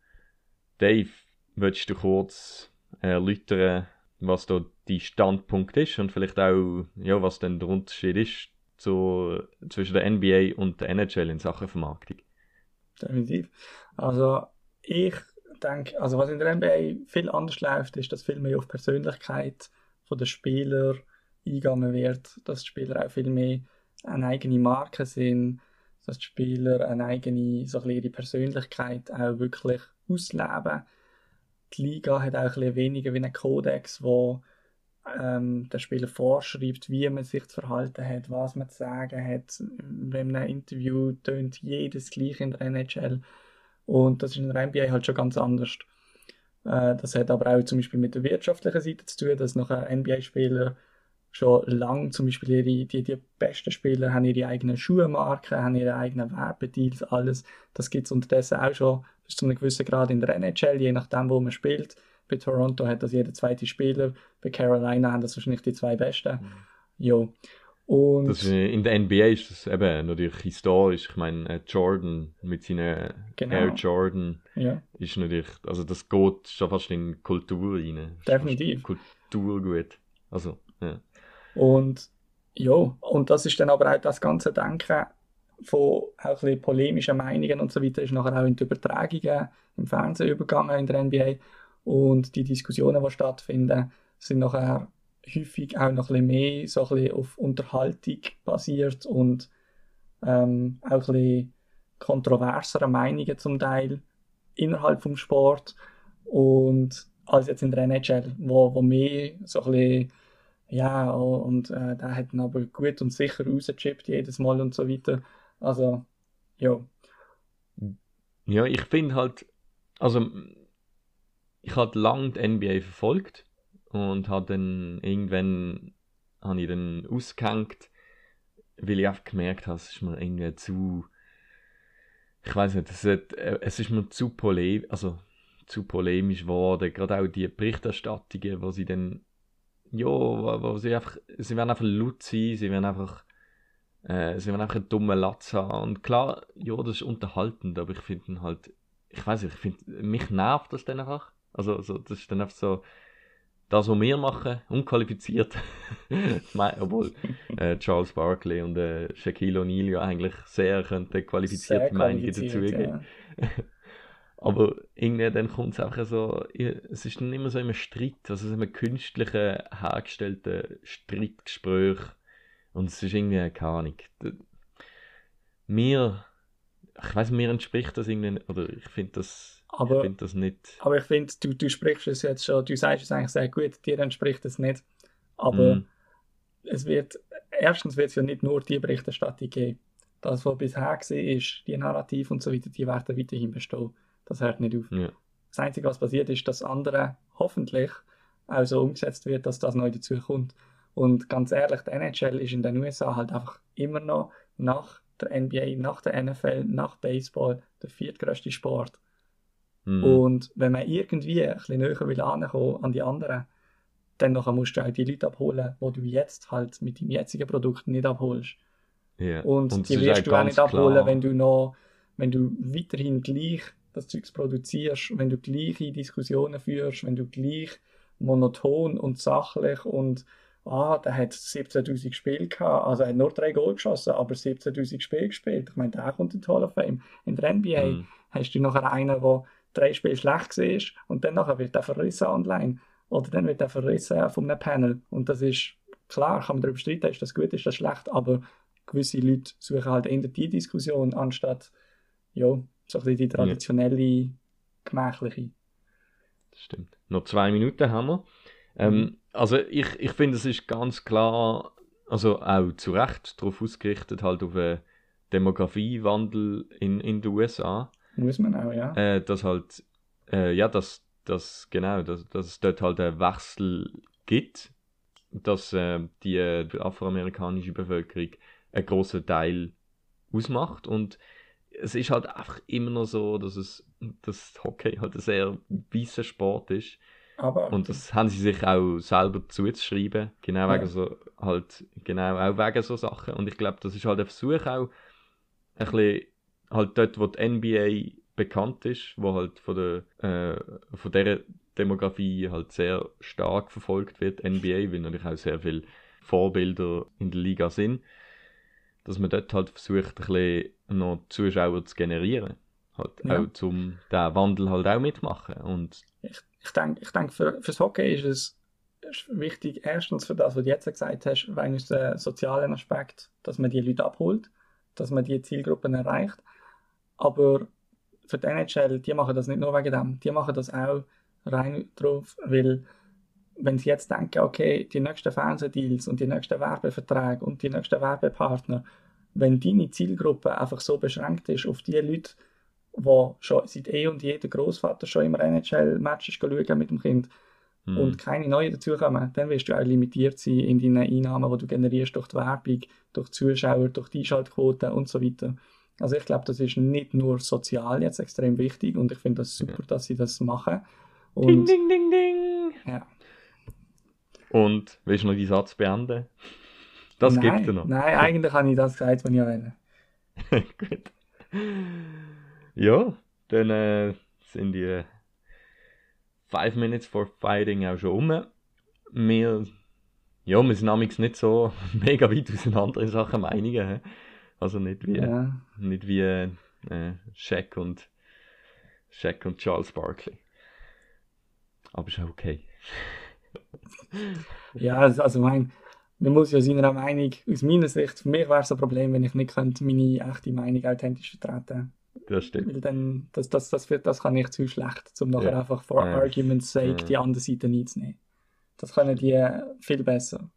Dave, willst du kurz erläutern, was da dein Standpunkt ist und vielleicht auch, ja, was denn der Unterschied ist zu, zwischen der N B A und der N H L in Sachen Vermarktung? Definitiv. Also ich denke, also was in der N B A viel anders läuft, ist, dass viel mehr auf Persönlichkeit von der Spieler eingegangen wird, dass die Spieler auch viel mehr eine eigene Marke sind, dass die Spieler eine eigene, so ein bisschen ihre Persönlichkeit auch wirklich ausleben. Die Liga hat auch ein bisschen weniger wie einen Kodex, wo ähm, der Spieler vorschreibt, wie man sich zu verhalten hat, was man zu sagen hat. Wenn einem Interview tönt jedes gleich in der N H L. Und das ist in der N B A halt schon ganz anders. Äh, das hat aber auch zum Beispiel mit der wirtschaftlichen Seite zu tun, dass nachher N B A-Spieler schon lange, zum Beispiel ihre, die, die besten Spieler haben ihre eigenen Schuhmarken, haben ihre eigenen Werbedeals, alles. Das gibt es unterdessen auch schon bis zu einem gewissen Grad in der N H L, je nachdem, wo man spielt. Bei Toronto hat das jeder zweite Spieler, bei Carolina haben das wahrscheinlich die zwei besten. Mhm. Jo. Und das ist, in der N B A ist das eben natürlich historisch. Ich meine, Jordan mit seinen genau. Air Jordan ja. ist natürlich, also das geht schon fast in Kultur rein. Definitiv. Kulturgut. Also, ja. Und ja, und das ist dann aber auch das ganze Denken von auch ein bisschen polemischen Meinungen und so weiter, ist nachher auch in die Übertragungen im Fernsehen übergegangen in der N B A. Und die Diskussionen, die stattfinden, sind nachher häufig auch noch ein bisschen mehr so ein bisschen auf Unterhaltung basiert und ähm, auch ein bisschen kontroversere Meinungen zum Teil innerhalb vom Sport und als jetzt in der N H L, wo, wo mehr so ein bisschen ja, und äh, der hat ihn aber gut und sicher rausgechippt jedes Mal und so weiter. Also, ja. Ja, ich finde halt, also ich habe lange die N B A verfolgt und habe dann irgendwann habe ich dann ausgehängt, weil ich einfach gemerkt habe, es ist mir irgendwie zu, ich weiß nicht, es, hat, es ist mir zu polemisch, also zu polemisch geworden, gerade auch die Berichterstattungen, wo sie dann ja, wo, wo sie einfach, sie werden einfach laut sein, sie werden einfach, äh, sie werden einfach einen dummen Latz haben. Und klar, ja, das ist unterhaltend, aber ich finde halt, ich weiß nicht, ich finde, mich nervt das dann einfach. Also, also das ist dann einfach so, das, was wir machen, unqualifiziert. Obwohl äh, Charles Barkley und äh, Shaquille O'Neal ja eigentlich sehr könnten qualifizierte sehr Meinungen dazu geben. Ja. Aber irgendwie dann kommt es einfach so, es ist dann immer so im Streit, also so einem künstlichen, hergestellten Streitgespräch. Und es ist irgendwie keine Ahnung. Mir, ich weiss, mir entspricht das irgendwie, oder ich finde das, aber, ich find das nicht. Aber ich finde, du, du sprichst es jetzt schon, du sagst es eigentlich sehr gut, dir entspricht es nicht. Aber mm. es wird, erstens wird es ja nicht nur die Berichterstattung geben. Das, was bisher war, ist, die Narrative und so weiter, die werden weiterhin bestehen. Das hört nicht auf. Ja. Das Einzige, was passiert, ist, dass andere hoffentlich auch so umgesetzt wird, dass das neu dazu kommt. Und ganz ehrlich, der N H L ist in den U S A halt einfach immer noch nach der N B A, nach der N F L, nach Baseball der viertgrößte Sport. Mhm. Und wenn man irgendwie ein bisschen näher will ankommen an die anderen, dann nachher musst du auch die Leute abholen, die du jetzt halt mit deinem jetzigen Produkt nicht abholst. Yeah. Und, und die wirst du auch nicht abholen, klar. wenn du noch, wenn du weiterhin gleich das Zeugs produzierst, wenn du gleiche Diskussionen führst, wenn du gleich monoton und sachlich und ah, der hat siebzehntausend Spiele gehabt, also er hat nur drei Goal geschossen, aber siebzehntausend Spiele gespielt. Ich meine, der kommt in die Hall of Fame. In der N B A mm. hast du nachher einen, der drei Spiele schlecht war und dann nachher wird er verrissen online. oder dann wird er verrissen von einem Panel. Und das ist, klar, kann man darüber streiten, ist das gut, ist das schlecht, aber gewisse Leute suchen halt eher die Diskussion, anstatt ja, so ein bisschen die traditionelle, gemächliche. Das stimmt. Noch zwei Minuten haben wir. Ähm, Mhm. Also ich, ich finde, es ist ganz klar, also auch zu Recht darauf ausgerichtet, halt auf einen Demografiewandel in, in den U S A. Muss man auch, ja. Äh, dass halt, äh, ja, dass, dass genau, dass, dass es dort halt einen Wechsel gibt, dass äh, die, äh, die afroamerikanische Bevölkerung einen grossen Teil ausmacht. Und es ist halt einfach immer noch so, dass es dass Hockey halt ein sehr weißer Sport ist. Aber Und das haben sie sich auch selber zuzuschreiben, genau wegen ja, so, halt, genau auch wegen so Sachen. Und ich glaube, das ist halt ein Versuch auch, ein bisschen, halt dort, wo die N B A bekannt ist, wo halt von der, äh, von dieser Demografie halt sehr stark verfolgt wird, N B A, weil natürlich auch sehr viele Vorbilder in der Liga sind, dass man dort halt versucht, ein bisschen noch Zuschauer zu generieren. Halt ja. auch zum den Wandel halt auch mitmachen. Und Ich, ich denke, ich denk, für, fürs Hockey ist es ist wichtig, erstens für das, was du jetzt gesagt hast, wegen aus dem sozialen Aspekt, dass man die Leute abholt, dass man die Zielgruppen erreicht. Aber für die N H L, die machen das nicht nur wegen dem, die machen das auch rein drauf, weil wenn sie jetzt denken, okay, die nächsten Fernsehdeals und die nächsten Werbeverträge und die nächsten Werbepartner, wenn deine Zielgruppe einfach so beschränkt ist auf die Leute, die schon seit eh und je der Großvater schon immer N H L-Matches schauen mit dem Kind hm, und keine neuen dazukommen, dann wirst du auch limitiert sein in deinen Einnahmen, die du generierst durch die Werbung, durch die Zuschauer, durch die Einschaltquoten und so weiter. Also ich glaube, das ist nicht nur sozial jetzt extrem wichtig und ich finde das super, dass sie das machen. ding, Und ding, ding, ding. ja, Und willst du noch deinen Satz beenden? Das gibt er nein, noch. nein, eigentlich habe ich das gesagt, was ich will. Gut. Ja, dann äh, sind die Five Minutes for Fighting auch schon um. Wir, ja, wir sind nämlich nicht so mega weit auseinander in Sachen Meinungen. hä? Also nicht wie, Ja, nicht wie äh, Shaq und Shaq und Charles Barkley. Aber ist auch okay. ja also, also mein, man muss ja seiner Meinung, aus meiner Sicht, für mich wäre es ein Problem, wenn ich nicht könnte meine echte Meinung authentisch vertreten Das stimmt. Weil dann, das, das, das, wird, das kann ich zu schlecht, um nachher Ja. einfach for Äh, argument's sake äh. die andere Seite einzunehmen. Das können die viel besser.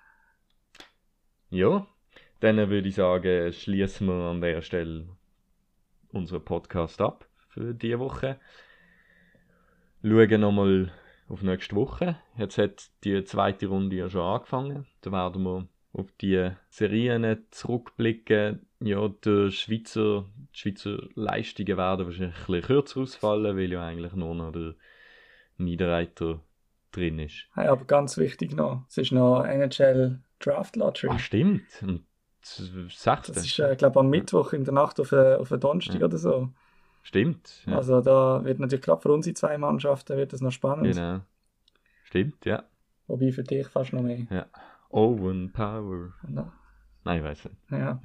Ja, dann würde ich sagen, schließen wir an der Stelle unseren Podcast ab für diese Woche. Schauen nochmal auf nächste Woche. Jetzt hat die zweite Runde ja schon angefangen. Da werden wir auf die Serien zurückblicken. Ja, die Schweizer, die Schweizer Leistungen werden wahrscheinlich ein bisschen kürzer ausfallen, weil ja eigentlich nur noch der Niederreiter drin ist. Hey, aber ganz wichtig noch, es ist noch N H L Draft Lottery. Ah, stimmt. Und das sechste. Das ist, äh, glaube ich, am Mittwoch in der Nacht auf einen auf Donnerstag Ja. oder so. Stimmt. Ja. Also da wird natürlich gerade für unsere zwei Mannschaften wird das noch spannend. Genau. Stimmt, ja. Wobei für dich fast noch mehr. Ja. Owen Power. Ja. Nein, ich weiß nicht. Ja.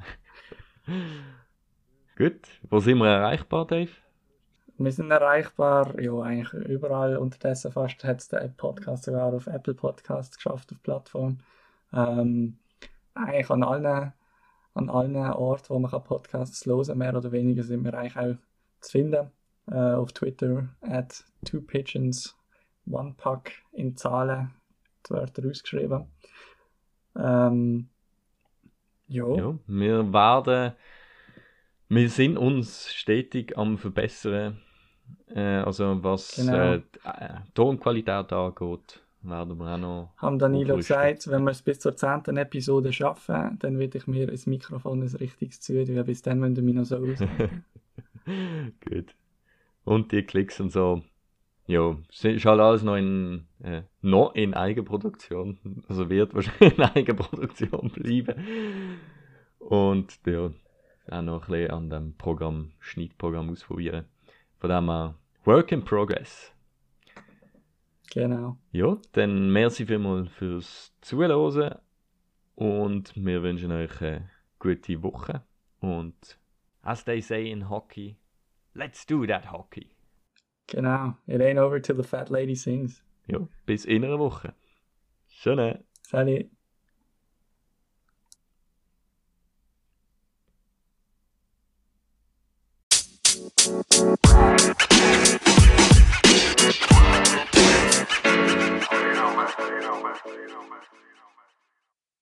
Gut. Wo sind wir erreichbar, Dave? Wir sind erreichbar, ja, eigentlich überall. Unterdessen fast hat es der Podcast sogar auf Apple Podcasts geschafft, auf Plattform. Ähm, eigentlich an allen, an allen Orten, wo man kann Podcasts hören kann, mehr oder weniger, sind wir eigentlich auch zu finden. Äh, auf Twitter at two pigeons, one puck in Zahlen, die Wörter ausgeschrieben. Ähm, ja. Ja, wir werden, wir sind uns stetig am verbessern. Äh, also was Genau. äh, die, äh, Tonqualität angeht, werden wir auch noch Haben Danilo aufrüsten. gesagt, wenn wir es bis zur zehnten Episode schaffen, dann werde ich mir ins Mikrofon ein richtiges zutun. Bis dann müssen wir mich noch so aushalten. Gut. Und die Klicks und so. Ja, es ist halt alles noch in, äh, noch in Eigenproduktion. Also wird wahrscheinlich in Eigenproduktion bleiben. Und ja, auch noch ein bisschen an dem Programm, Schnittprogramm ausprobieren. Von dem her, Work in Progress. Genau. Ja, dann merci vielmals fürs Zuhören. Und wir wünschen euch eine gute Woche. Und as they say in hockey, let's do that hockey. Genau. It ain't over till the fat lady sings. ja, bis in einer Woche. Schön. Salut. You know, man. You know, man. You know, man.